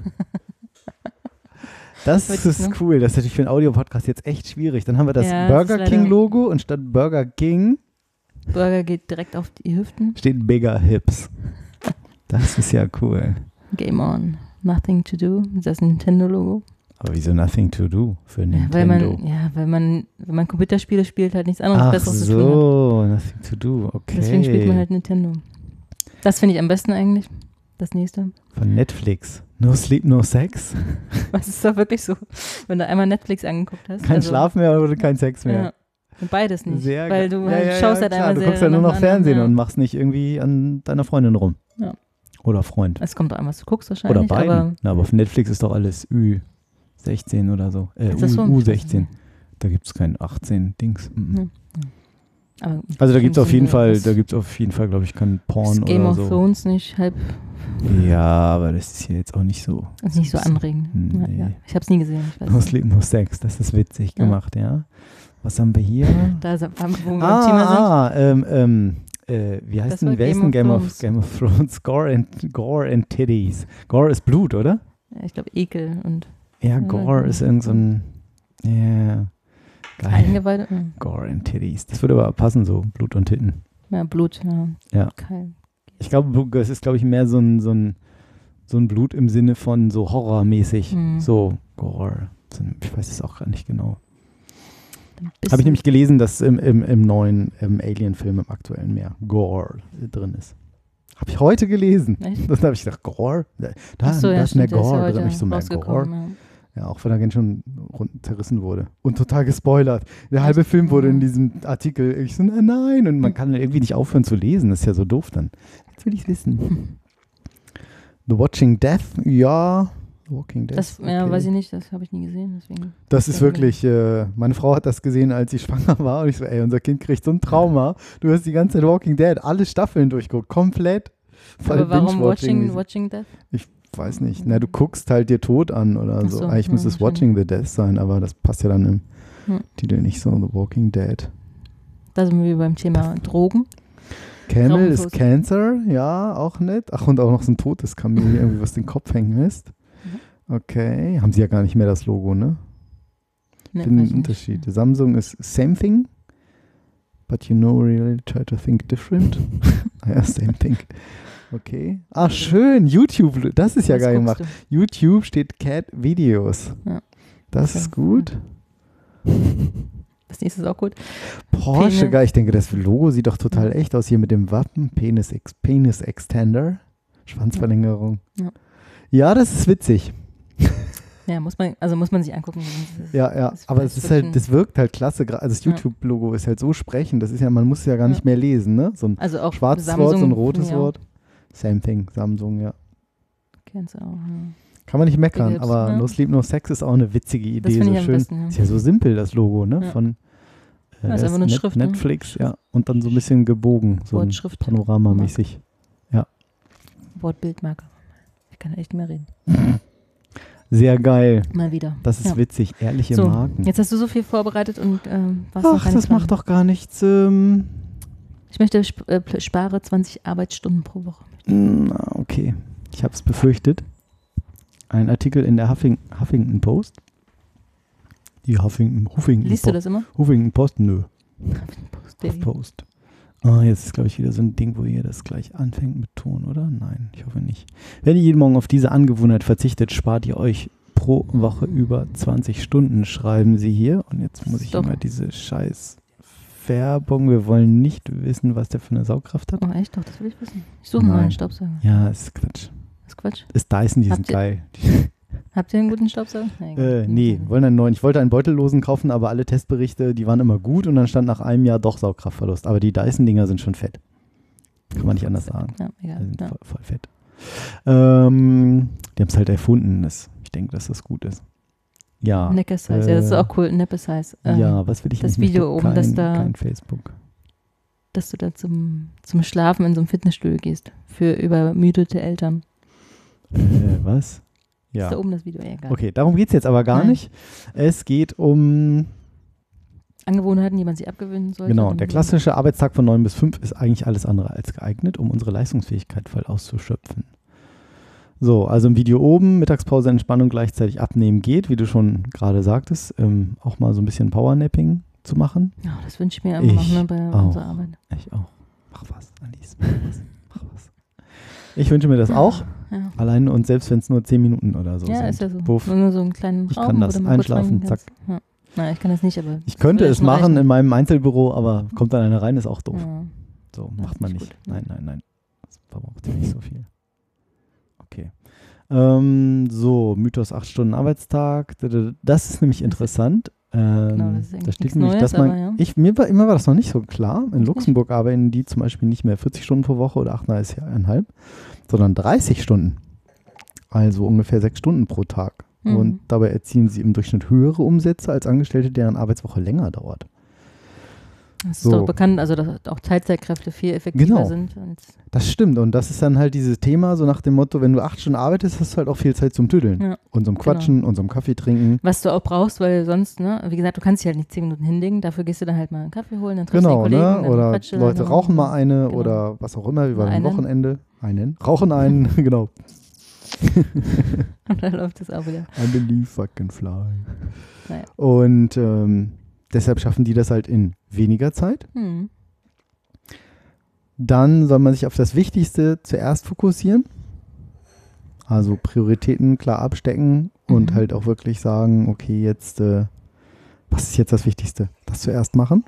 Das Witzig, ist ne? cool. Das ist natürlich für einen Audio-Podcast jetzt echt schwierig. Dann haben wir das Ja, das Burger ist leider- King-Logo und statt Burger King Burger geht direkt auf die Hüften. steht Bigger Hips. Das ist ja cool. Game on. Nothing to do. Das Nintendo-Logo. Aber wieso Nothing to do für Ja, Nintendo? weil man, wenn man Computerspiele spielt, halt nichts anderes Ach Besseres zu tun hat. so, Nothing to do, okay. Deswegen spielt man halt Nintendo. Das finde ich am besten eigentlich. Das nächste. Von Netflix. No Sleep, No Sex. Was ist doch wirklich so, wenn du einmal Netflix angeguckt hast. Kein Schlaf mehr oder kein Sex mehr. Ja. Und beides nicht. Sehr weil geil. du halt schaust halt klar, einmal du sehr guckst ja nur nach noch dem anderen, Fernsehen ja. und machst nicht irgendwie an deiner Freundin rum. Ja. Oder Freund. Es kommt auch an, was du guckst wahrscheinlich. Oder beiden. Aber Na, aber auf Netflix ist doch alles Ü16 oder so. ist das so? U16. Da gibt es kein 18-Dings. Ja. Aber Also da gibt es auf jeden Fall, das glaube ich, kein Porn ist Game oder of so. Thrones nicht halb, Ja, aber das ist hier jetzt auch nicht so. ist nicht so anregend. Nee. Ja. Ich habe es nie gesehen. Ich weiß No nicht. Sleep, No Sex. Das ist witzig Ja. gemacht, ja. Was haben wir hier? Da sind wir, wo wir beim Thema Wie heißt Das denn, war wer ist Game denn of Game of Thrones? Gore and Titties. Gore ist Blut, oder? sind. Ja, ich glaube Ekel und Ja, Gore ist irgend so ein, ja, geil. Eingeweide. Ja. Gore and Titties. Das würde aber passen, so Blut und Titten. Ja, Blut. Ja. Ja. Kein. Ich glaube, es ist, glaube ich, mehr so ein Blut im Sinne von so horrormäßig. Mhm. So Gore. Ich weiß es auch gar nicht genau. Dann Habe bist ich nämlich gelesen, dass im neuen Alien-Film, im aktuellen mehr Gore drin ist. Habe ich heute gelesen. Echt? Dann habe ich gedacht, Gore? Da Achso, ist mehr stimmt, der ist ja Gore heute drin. Ich so, mehr Gore? rausgekommen. Ja, auch wenn er ganz schon zerrissen wurde. Und total gespoilert. Der halbe Film wurde in diesem Artikel, ich so, nein. Und man kann irgendwie nicht aufhören zu lesen. Das ist ja so doof dann. Jetzt will ich es wissen. The Watching Death, ja. The Walking Dead. Das, ja, weiß ich nicht, das habe ich nie gesehen. Deswegen Das ist wirklich, meine Frau hat das gesehen, als sie schwanger war. Und ich so, ey, unser Kind kriegt so ein Trauma. Du hast die ganze Zeit Walking Dead, alle Staffeln durchgeguckt, komplett. Aber warum Watching Death? Ich weiß nicht. Na, du guckst halt dir Tod an oder so. Eigentlich müsste es Watching the Death sein, aber das passt ja dann im Titel nicht so. The Walking Dead. Da sind wir beim Thema Drogen. Camel ist Cancer, ja, auch nett. Ach, und auch noch so ein totes Kamel, irgendwie, was den Kopf hängen lässt. Okay, haben sie ja gar nicht mehr das Logo, ne? Nee, Den Unterschied. Samsung ist same thing, but you know really try to think different. Ja, same thing. Okay. Ah, schön, YouTube, das ist ja geil gemacht. Du? YouTube steht Cat Videos. Ja. Das ist gut. Das nächste ist auch gut. Porsche, geil, ich denke, das Logo sieht doch total echt aus hier mit dem Wappen. Penis Extender. Schwanzverlängerung. Ja, das ist witzig. Ja, muss man sich angucken. Ja, aber es ist halt, das wirkt halt klasse. Also das YouTube-Logo ist halt so sprechend, das ist ja, man muss es ja gar nicht mehr lesen, ne? So ein also auch schwarzes Samsung, Wort, so ein rotes Wort. Same thing, Samsung, ja. Kennst du auch, Kann man nicht meckern, aber No Sleep, No Sex ist auch eine witzige Idee. Das so schön. Besten, Ist ja so simpel, das Logo, ne? Von ist einfach eine Schrift, Netflix, ja. Und dann so ein bisschen gebogen, so panoramamäßig. Ja. Wortbildmarker. Ich kann echt nicht mehr reden. Sehr geil. Mal wieder. Das ist witzig, ehrliche Marken. Jetzt hast du so viel vorbereitet und was Ach, das macht doch gar nichts. Ich möchte spare 20 Arbeitsstunden pro Woche. Okay, ich habe es befürchtet. Ein Artikel in der Huffington Post. Die Huffington Liest du das immer? Huffington Post, nö. Huffington Post. Jetzt ist, glaube ich, wieder so ein Ding, wo ihr das gleich anfängt mit Ton, oder? Nein, ich hoffe nicht. Wenn ihr jeden Morgen auf diese Angewohnheit verzichtet, spart ihr euch pro Woche über 20 Stunden, schreiben sie hier. Und jetzt muss ich immer diese scheiß Werbung. Wir wollen nicht wissen, was der für eine Saugkraft hat. Oh, echt? Doch, das will ich wissen. Ich suche mal einen Staubsauger. Ja, ist Quatsch. Ist Quatsch? Ist Dyson, die sind geil. Habt ihr einen guten Staubsauger? Nee, wollen einen neuen. Ich wollte einen beutellosen kaufen, aber alle Testberichte, die waren immer gut und dann stand nach einem Jahr doch Saugkraftverlust. Aber die Dyson-Dinger sind schon fett. Kann man nicht anders sagen. Ja, egal. Die sind voll fett. Die haben es halt erfunden. Ich denke, dass das gut ist. Ja. Neckersize, ja, das ist auch cool. Neckersize. Ja, was will ich das nicht? Das Video oben, kein Facebook. Dass du da zum Schlafen in so einem Fitnessstudio gehst. Für übermüdete Eltern. Was? Ja. Ist da oben das Video, egal. Okay, darum geht es jetzt aber gar nicht. Es geht um Angewohnheiten, die man sich abgewöhnen sollte. Genau, der klassische Arbeitstag von 9 bis 5 ist eigentlich alles andere als geeignet, um unsere Leistungsfähigkeit voll auszuschöpfen. So, also im Video oben, Mittagspause, Entspannung, gleichzeitig abnehmen geht, wie du schon gerade sagtest, auch mal so ein bisschen Powernapping zu machen. Ja, das wünsche ich mir immer noch bei unserer Arbeit. Ich auch. Mach was, Alice, mach was. Ich wünsche mir das auch. Ja. Allein und selbst wenn es nur 10 Minuten oder so sind. Ja, ist ja so. Nur so einen kleinen Raum. Ich kann das einschlafen, zack. Ja. Nein, ich kann das nicht, aber... Ich könnte es machen in meinem Einzelbüro, aber kommt dann einer rein, ist auch doof. Ja. So, macht man nicht. Gut. Nein. Das verbraucht ja nicht so viel. Okay. So, Mythos 8 Stunden Arbeitstag. Das ist nämlich interessant. Genau, das ist da steht nämlich, dass man, immer war das noch nicht so klar. In Luxemburg arbeiten die zum Beispiel nicht mehr 40 Stunden pro Woche oder 38,5, sondern 30 Stunden. Also ungefähr 6 Stunden pro Tag. Mhm. Und dabei erzielen sie im Durchschnitt höhere Umsätze als Angestellte, deren Arbeitswoche länger dauert. Das ist doch bekannt, also dass auch Teilzeitkräfte viel effektiver sind. Das stimmt und das ist dann halt dieses Thema, so nach dem Motto, wenn du 8 Stunden arbeitest, hast du halt auch viel Zeit zum Tüdeln und zum Quatschen und zum Kaffee trinken. Was du auch brauchst, weil sonst, ne, wie gesagt, du kannst dich halt nicht 10 Minuten hinlegen, dafür gehst du dann halt mal einen Kaffee holen, dann triffst du den Kollegen. Ne? Oder Leute rauchen mal eine oder was auch immer, wie bei einem Wochenende. Rauchen einen, genau. Und dann läuft es auch wieder. I believe I can fly. Naja. Und deshalb schaffen die das halt in weniger Zeit. Dann soll man sich auf das Wichtigste zuerst fokussieren. Also Prioritäten klar abstecken und halt auch wirklich sagen, okay, jetzt, was ist jetzt das Wichtigste? Das zuerst machen.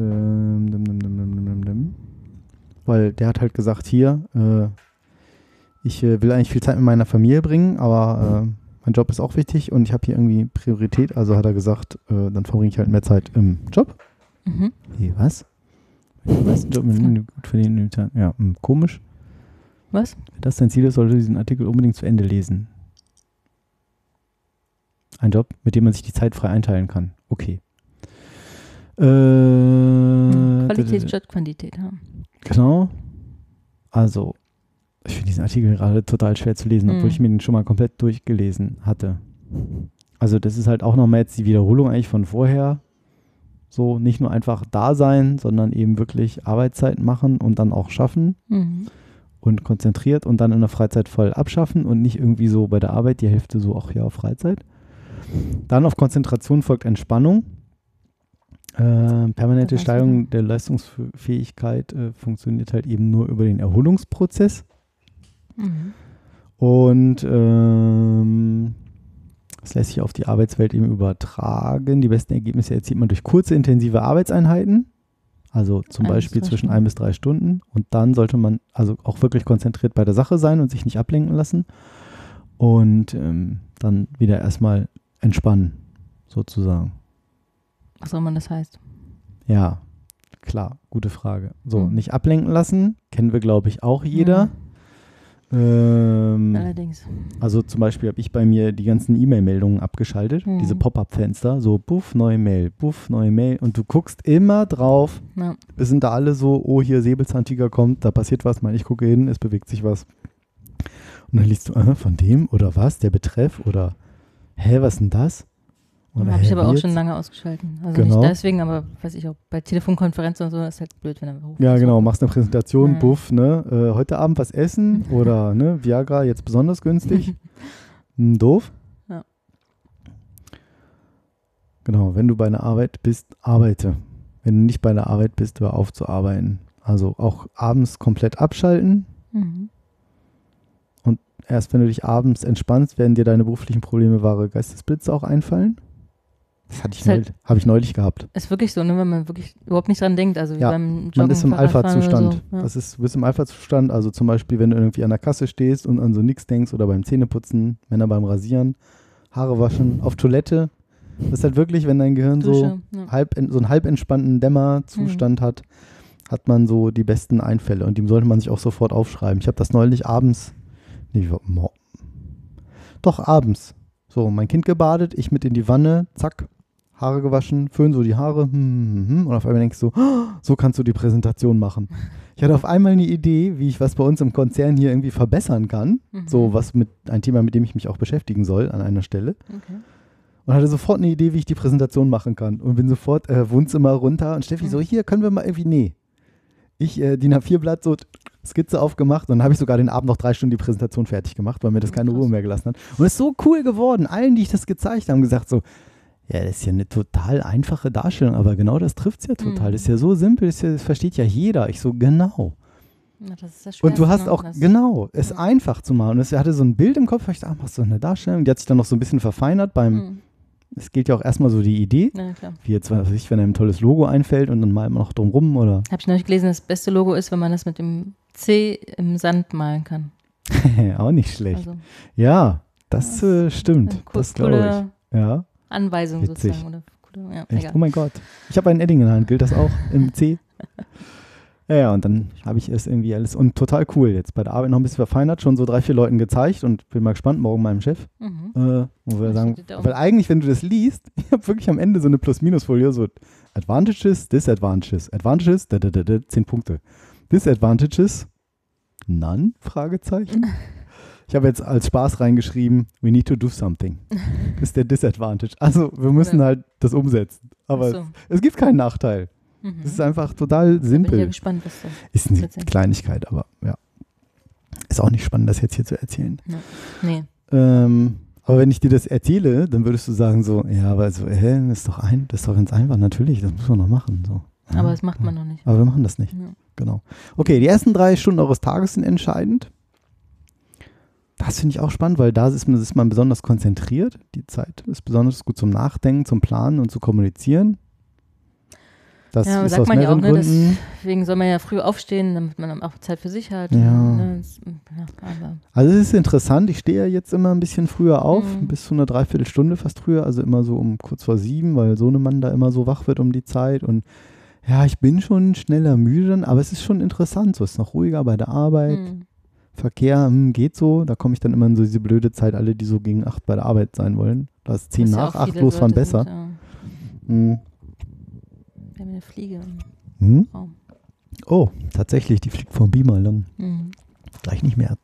Weil der hat halt gesagt, hier, Ich will eigentlich viel Zeit mit meiner Familie bringen, aber mein Job ist auch wichtig und ich habe hier irgendwie Priorität. Also hat er gesagt, dann verbringe ich halt mehr Zeit im Job. Mhm. Hey, was? Was? Job mit gut verdienen? Ja, komisch. Was? Wenn das dein Ziel ist, sollte diesen Artikel unbedingt zu Ende lesen. Ein Job, mit dem man sich die Zeit frei einteilen kann. Okay. Qualität statt Quantität haben. Genau. Also, ich finde diesen Artikel gerade total schwer zu lesen, obwohl ich mir den schon mal komplett durchgelesen hatte. Also, das ist halt auch nochmal jetzt die Wiederholung eigentlich von vorher. So, nicht nur einfach da sein, sondern eben wirklich Arbeitszeit machen und dann auch schaffen und konzentriert und dann in der Freizeit voll abschaffen und nicht irgendwie so bei der Arbeit die Hälfte so, ach ja, auf Freizeit. Dann auf Konzentration folgt Entspannung. Permanente Steigerung der Leistungsfähigkeit funktioniert halt eben nur über den Erholungsprozess. Und das lässt sich auf die Arbeitswelt eben übertragen. Die besten Ergebnisse erzielt man durch kurze, intensive Arbeitseinheiten. Also zum Beispiel zwischen 1 bis 3 Stunden. Und dann sollte man also auch wirklich konzentriert bei der Sache sein und sich nicht ablenken lassen. Und dann wieder erstmal entspannen, sozusagen. Was auch immer das heißt. Ja, klar, gute Frage. So, nicht ablenken lassen, kennen wir, glaube ich, auch jeder. Allerdings. Also zum Beispiel habe ich bei mir die ganzen E-Mail-Meldungen abgeschaltet, diese Pop-Up-Fenster, so buff, neue Mail, und du guckst immer drauf. Ja. Wir sind da alle so, oh, hier Säbelzahntiger kommt, da passiert was, ich gucke hin, es bewegt sich was. Und dann liest du, von dem oder was, der Betreff oder, was ist denn das? Habe ich aber auch schon lange ausgeschalten. Also nicht deswegen, aber weiß ich auch, bei Telefonkonferenzen und so ist halt blöd, wenn er ruft. Ja, genau, machst eine Präsentation, buff, ne? Heute Abend was essen oder ne, Viagra jetzt besonders günstig. Doof. Ja. Genau, wenn du bei einer Arbeit bist, arbeite. Wenn du nicht bei der Arbeit bist, hör auf zu arbeiten. Also auch abends komplett abschalten. Und erst wenn du dich abends entspannst, werden dir deine beruflichen Probleme wahre Geistesblitze auch einfallen. Das habe ich neulich gehabt. Ist wirklich so, ne, wenn man wirklich überhaupt nicht dran denkt. Also wie beim Joggen, man ist im Alpha-Zustand. So, ja. Du bist im Alpha-Zustand, also zum Beispiel, wenn du irgendwie an der Kasse stehst und an so nichts denkst oder beim Zähneputzen, Männer beim Rasieren, Haare waschen, auf Toilette. Das ist halt wirklich, wenn dein Gehirn Dusche, so einen halb entspannten Dämmerzustand hat man so die besten Einfälle und die sollte man sich auch sofort aufschreiben. Ich habe das neulich abends, abends. So, mein Kind gebadet, ich mit in die Wanne, zack, Haare gewaschen, föhn so die Haare, und auf einmal denkst du, so kannst du die Präsentation machen. Ich hatte auf einmal eine Idee, wie ich was bei uns im Konzern hier irgendwie verbessern kann. So was ein Thema, mit dem ich mich auch beschäftigen soll an einer Stelle. Okay. Und hatte sofort eine Idee, wie ich die Präsentation machen kann. Und bin sofort Wohnzimmer runter und Steffi so, hier können wir mal irgendwie, Ich DIN A4-Blatt so Skizze aufgemacht und dann habe ich sogar den Abend noch 3 Stunden die Präsentation fertig gemacht, weil mir das keine Ruhe mehr gelassen hat. Und es ist so cool geworden. Allen, die ich das gezeigt habe, haben gesagt so, ja, das ist ja eine total einfache Darstellung, aber genau das trifft es ja total. Das ist ja so simpel, das versteht ja jeder. Ich so, genau. Ja, das ist das und du hast auch, es einfach zu machen. Und es hatte so ein Bild im Kopf, ich dachte, machst du eine Darstellung? Die hat sich dann noch so ein bisschen verfeinert es gilt ja auch erstmal so die Idee. Ja, klar. Wie jetzt, wenn einem ein tolles Logo einfällt und dann malen wir noch drum rum, oder? Habe ich neulich gelesen, das beste Logo ist, wenn man das mit dem C im Sand malen kann. Auch nicht schlecht. Also, ja, das stimmt. Das glaube ich. Ja. Anweisung witzig. Sozusagen. Oder, ja, echt? Oh mein Gott. Ich habe einen Edding in der Hand. Gilt das auch im C? Ja, und dann habe ich es irgendwie alles. Und total cool. Jetzt bei der Arbeit noch ein bisschen verfeinert, schon so 3, 4 Leuten gezeigt und bin mal gespannt, morgen meinem Chef. Wo wir sagen, weil eigentlich, wenn du das liest, ich habe wirklich am Ende so eine Plus-Minus-Folie, so Advantages, Disadvantages, Advantages, 10 Punkte. Disadvantages, none? Fragezeichen. Ich habe jetzt als Spaß reingeschrieben, we need to do something. Das ist der Disadvantage. Also wir müssen halt das umsetzen. Aber es gibt keinen Nachteil. Das ist einfach total simpel. Ich bin ja gespannt, was das ist. Eine Kleinigkeit, aber ja. Ist auch nicht spannend, das jetzt hier zu erzählen. Ja. Nee. Aber wenn ich dir das erzähle, dann würdest du sagen so, ja, aber so, das ist doch ganz einfach. Natürlich, das muss man noch machen. So. Ja, aber das macht man noch nicht. Aber wir machen das nicht. Ja. Genau. Okay, die ersten 3 Stunden eures Tages sind entscheidend. Das finde ich auch spannend, weil da ist man besonders konzentriert. Die Zeit ist besonders gut zum Nachdenken, zum Planen und zu kommunizieren. Das ist sagt man ja auch, ne, deswegen soll man ja früh aufstehen, damit man auch Zeit für sich hat. Ja. Ne, aber Also es ist interessant, ich stehe ja jetzt immer ein bisschen früher auf, bis zu einer Dreiviertelstunde fast früher, also immer so um kurz vor 7, weil Sohnemann da immer so wach wird um die Zeit und ja, ich bin schon schneller müde dann, aber es ist schon interessant, so ist noch ruhiger bei der Arbeit, Verkehr geht so, da komme ich dann immer in so diese blöde Zeit, alle, die so gegen 8 bei der Arbeit sein wollen, da ist 10 nach 8 losfahren besser. Wir haben eine Fliege im Raum. Oh, tatsächlich, die fliegt vom Beamer lang. Gleich nicht mehr.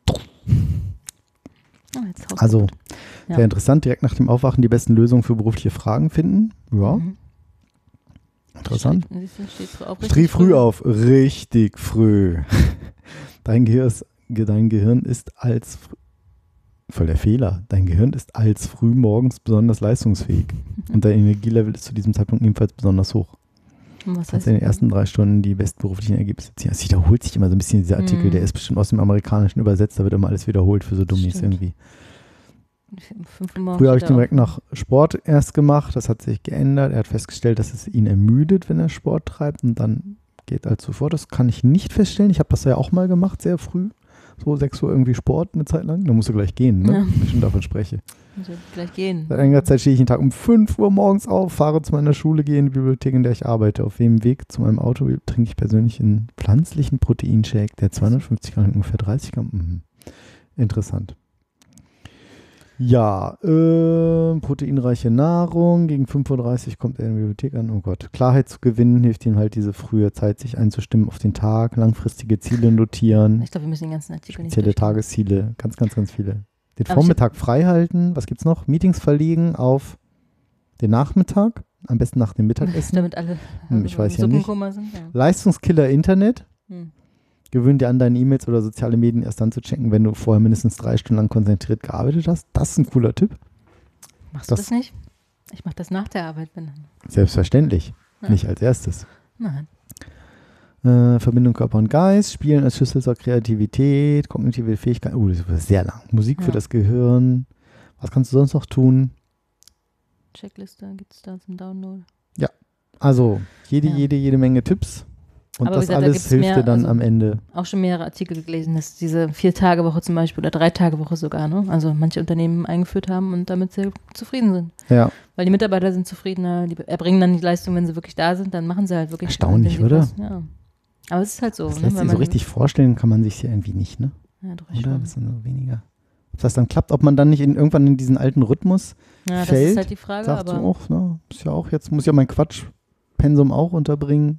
Also, sehr interessant, direkt nach dem Aufwachen die besten Lösungen für berufliche Fragen finden. Ja. Interessant. Steh früh auf, richtig früh. Dein Gehirn ist als, voll der Fehler, dein Gehirn ist als früh morgens besonders leistungsfähig. Und dein Energielevel ist zu diesem Zeitpunkt ebenfalls besonders hoch. Was heißt in den ersten 3 Stunden die bestberuflichen Ergebnisse ziehen. Es wiederholt sich immer so ein bisschen dieser Artikel, der ist bestimmt aus dem Amerikanischen übersetzt, da wird immer alles wiederholt für so Dummies irgendwie. Früher habe ich den direkt nach Sport erst gemacht, das hat sich geändert. Er hat festgestellt, dass es ihn ermüdet, wenn er Sport treibt und dann geht halt sofort. Das kann ich nicht feststellen. Ich habe das ja auch mal gemacht, sehr früh. So 6 Uhr irgendwie Sport eine Zeit lang. Dann musst du gleich gehen, ne? Wenn ich schon davon spreche. Muss gleich gehen. Seit einiger Zeit stehe ich jeden Tag um 5 Uhr morgens auf, fahre zu meiner Schule, gehe in die Bibliothek, in der ich arbeite. Auf dem Weg zu meinem Auto trinke ich persönlich einen pflanzlichen Proteinshake, der 250 Gramm, ungefähr 30 Gramm. Interessant. Ja, proteinreiche Nahrung. Gegen 5.30 Uhr kommt er in die Bibliothek an. Oh Gott. Klarheit zu gewinnen hilft ihm halt diese frühe Zeit, sich einzustimmen auf den Tag, langfristige Ziele notieren. Ich glaube, wir müssen den ganzen Artikel nicht spezielle Tagesziele, ganz, ganz, ganz viele. Den Vormittag frei halten. Was gibt's noch? Meetings verlegen auf den Nachmittag. Am besten nach dem Mittagessen. Damit alle ich weiß ja nicht. Sind, ja. Leistungskiller Internet. Gewöhn dir an, deine E-Mails oder soziale Medien erst dann zu checken, wenn du vorher mindestens 3 Stunden lang konzentriert gearbeitet hast. Das ist ein cooler Tipp. Machst du das nicht? Ich mache das nach der Arbeit. Selbstverständlich. Ja. Nicht als erstes. Nein. Verbindung Körper und Geist, Spielen als Schlüssel zur Kreativität, kognitive Fähigkeiten. Das ist sehr lang. Musik für das Gehirn. Was kannst du sonst noch tun? Checkliste gibt es da zum Download. Ja, also jede Menge Tipps. Und aber das gesagt, alles da hilft mehr, dir dann am Ende. Auch schon mehrere Artikel gelesen, dass diese 4-Tage-Woche zum Beispiel oder 3-Tage-Woche sogar, ne? Also manche Unternehmen eingeführt haben und damit sehr zufrieden sind. Ja. Weil die Mitarbeiter sind zufriedener, die erbringen dann die Leistung, wenn sie wirklich da sind, dann machen sie halt wirklich. Erstaunlich, oder? Ja. Aber es ist halt so. Das lässt sich so richtig vorstellen, kann man sich ja irgendwie nicht, ne? Ja, doch oder? Schon. Das ist dann so weniger. Ob das dann klappt, ob man dann nicht irgendwann in diesen alten Rhythmus fällt. Das ist halt die Frage. Sagst du auch, ne? Ist ja auch, jetzt muss ja mein Quatschpensum auch unterbringen.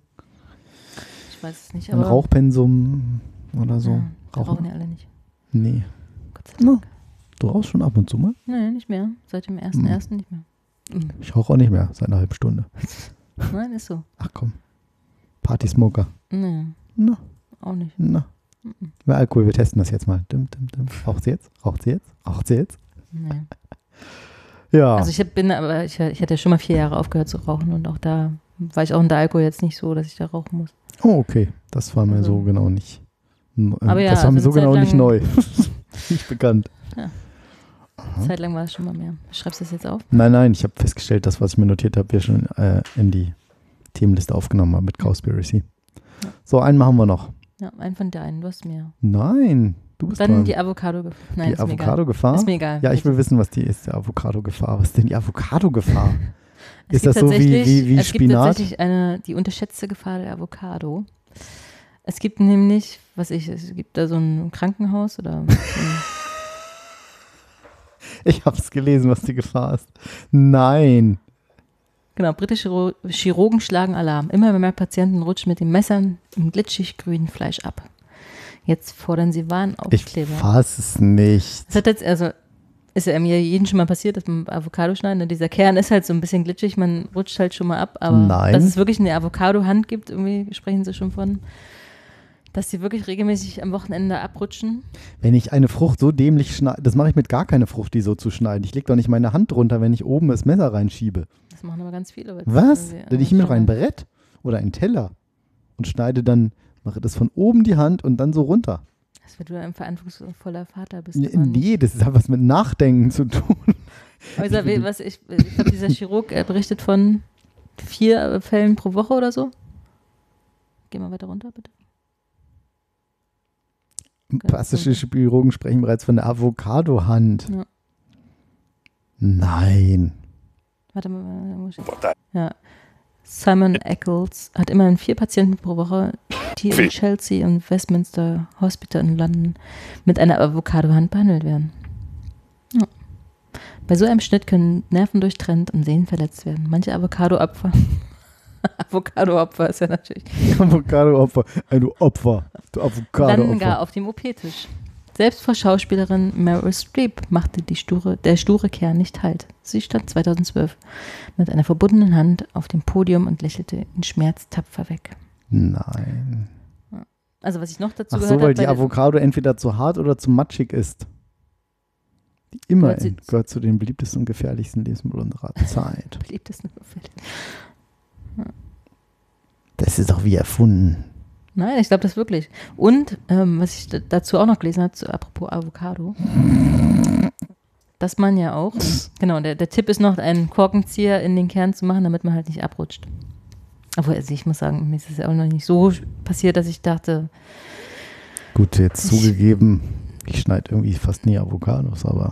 Ich weiß es nicht, aber. Ein Rauchpensum oder so. Ja, rauchen ja alle nicht. Nee. Gott sei Dank. Du rauchst schon ab und zu mal? Nee, nicht mehr. Seit dem 1.1. nicht mehr. Ich rauche auch nicht mehr, seit einer halben Stunde. Nein, ist so. Ach komm. Partysmoker. Nee. Na. Auch nicht. Na. Mehr Alkohol, wir testen das jetzt mal. Raucht sie jetzt? Raucht sie jetzt? Raucht sie jetzt? Nee. Ja. Also ich hatte ja schon mal 4 Jahre aufgehört zu rauchen und auch da war ich auch in der Alkohol jetzt nicht so, dass ich da rauchen muss. Oh, okay. Das war mir so genau nicht. Aber ja, das war mir so genau nicht neu. Nicht bekannt. Ja. Zeitlang war es schon mal mehr. Schreibst du das jetzt auf? Nein. Ich habe festgestellt, das, was ich mir notiert habe, wir schon in die Themenliste aufgenommen haben mit Cowspiracy. Ja. So, einen machen wir noch. Ja, einen von deinen. Du hast mehr. Nein, du bist dann dran. Die Avocado-Gefahr. Nein, die Avocado-Gefahr? Ist mir egal. Ja, ich will wissen, was die ist, die Avocado-Gefahr. Was ist denn die Avocado-Gefahr? Ist das so wie Spinat? Es gibt tatsächlich die unterschätzte Gefahr der Avocado. Es gibt nämlich, es gibt da so ein Krankenhaus oder... Ich habe es gelesen, was die Gefahr ist. Nein. Genau, britische Chirurgen schlagen Alarm. Immer mehr Patienten rutschen mit den Messern im glitschig grünen Fleisch ab. Jetzt fordern sie Warnaufkleber. Ich fasse es nicht. Das hat jetzt, ist ja mir jeden schon mal passiert, dass man Avocado schneiden. Und dieser Kern ist halt so ein bisschen glitschig, man rutscht halt schon mal ab. Aber dass es wirklich eine Avocado-Hand gibt, irgendwie sprechen sie schon von, dass die wirklich regelmäßig am Wochenende abrutschen. Wenn ich eine Frucht so dämlich schneide, das mache ich mit gar keiner Frucht, die so zu schneiden. Ich lege doch nicht meine Hand drunter, wenn ich oben das Messer reinschiebe. Das machen aber ganz viele. Was? Denn ich nehme doch ein Brett oder einen Teller und schneide dann, mache das von oben die Hand und dann so runter. Als wenn du ein verantwortungsvoller Vater bist. Nee, das hat was mit Nachdenken zu tun. Aber ich glaube, dieser Chirurg berichtet von 4 Fällen pro Woche oder so. Geh mal weiter runter, bitte. Plastische Chirurgen sprechen bereits von der Avocado-Hand. Ja. Nein. Warte mal. Ja. Simon Eccles hat immerhin 4 Patienten pro Woche, die in Chelsea und Westminster Hospital in London mit einer Avocado-Hand behandelt werden. Ja. Bei so einem Schnitt können Nerven durchtrennt und Sehnen verletzt werden. Manche Avocado-Opfer ist ja natürlich. Avocado-Opfer. Du Opfer. Du Avocado-Opfer. Landen gar auf dem OP-Tisch. Selbst vor Schauspielerin Meryl Streep machte der sture Kern nicht Halt. Sie stand 2012 mit einer verbundenen Hand auf dem Podium und lächelte in Schmerz tapfer weg. Nein. Also was ich noch dazu Ach gehört so, habe. weil die Avocado entweder zu hart oder zu matschig ist. Die gehört zu den beliebtesten und gefährlichsten Lebensmitteln unserer Zeit. Beliebtesten und gefährlichsten. Das ist doch wie erfunden. Nein, ich glaube das wirklich. Und was ich dazu auch noch gelesen habe, apropos Avocado, dass man ja auch, genau, der Tipp ist noch, einen Korkenzieher in den Kern zu machen, damit man halt nicht abrutscht. Obwohl, also ich muss sagen, mir ist es ja auch noch nicht so passiert, dass ich dachte. Gut, jetzt zugegeben, ich schneide irgendwie fast nie Avocados, aber.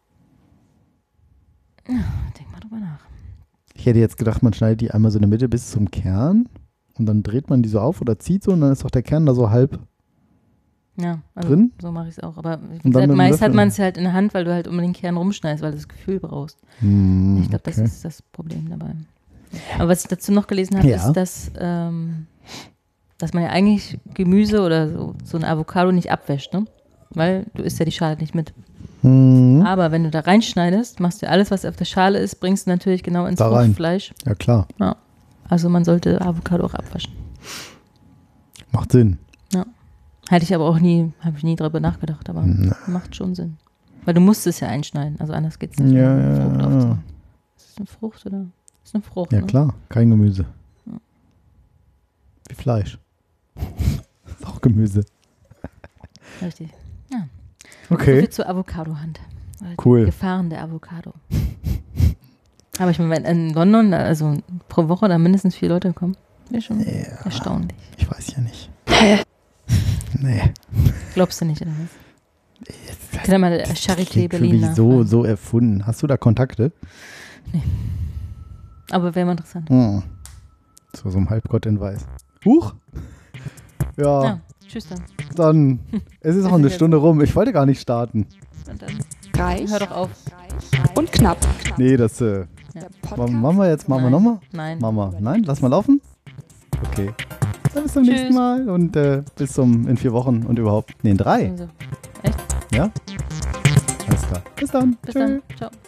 Ja, denk mal drüber nach. Ich hätte jetzt gedacht, man schneidet die einmal so in der Mitte bis zum Kern. Und dann dreht man die so auf oder zieht so und dann ist doch der Kern da so halb drin. So mache ich es auch. Aber wie gesagt, meist hat man es halt in der Hand, weil du halt um den Kern rumschneidest, weil du das Gefühl brauchst. Ich glaube, das ist das Problem dabei. Aber was ich dazu noch gelesen habe, ist, dass man ja eigentlich Gemüse oder so ein Avocado nicht abwäscht, ne? Weil du isst ja die Schale nicht mit. Aber wenn du da reinschneidest, machst du alles, was auf der Schale ist, bringst du natürlich genau ins Fruchtfleisch. Ja, klar. Ja. Also man sollte Avocado auch abwaschen. Macht Sinn. Ja. Habe ich nie drüber nachgedacht, aber macht schon Sinn. Weil du musst es ja einschneiden, also anders geht es nicht. Frucht aufzunehmen. Ist das eine Frucht oder? Ist eine Frucht, ja, ne? Klar, kein Gemüse. Ja. Wie Fleisch. Ist auch Gemüse. Richtig. Ja. Okay. So viel zur Avocado-Hand. Cool. Die Gefahren der Avocado. Aber ich meine, wenn in London, also pro Woche da mindestens 4 Leute kommen, wäre schon erstaunlich. Ich weiß ja nicht. Nee. Glaubst du nicht, oder was? Ich kann ja mal Charité Berlin nachfragen. So erfunden. Hast du da Kontakte? Nee. Aber wäre mal interessant. So ein Halbgott in Weiß. Huch! Ja. Tschüss dann. Dann, es ist auch eine Stunde rum. Ich wollte gar nicht starten. Und dann Reich hör doch auf. und knapp. Nee, das machen wir jetzt. Machen wir nochmal? Nein. Mama. Nein? Lass mal laufen? Okay. Dann bis zum nächsten Mal und bis in 4 Wochen und überhaupt. Nee, in 3. Also, echt? Ja? Alles klar. Bis dann. Bis dann. Ciao.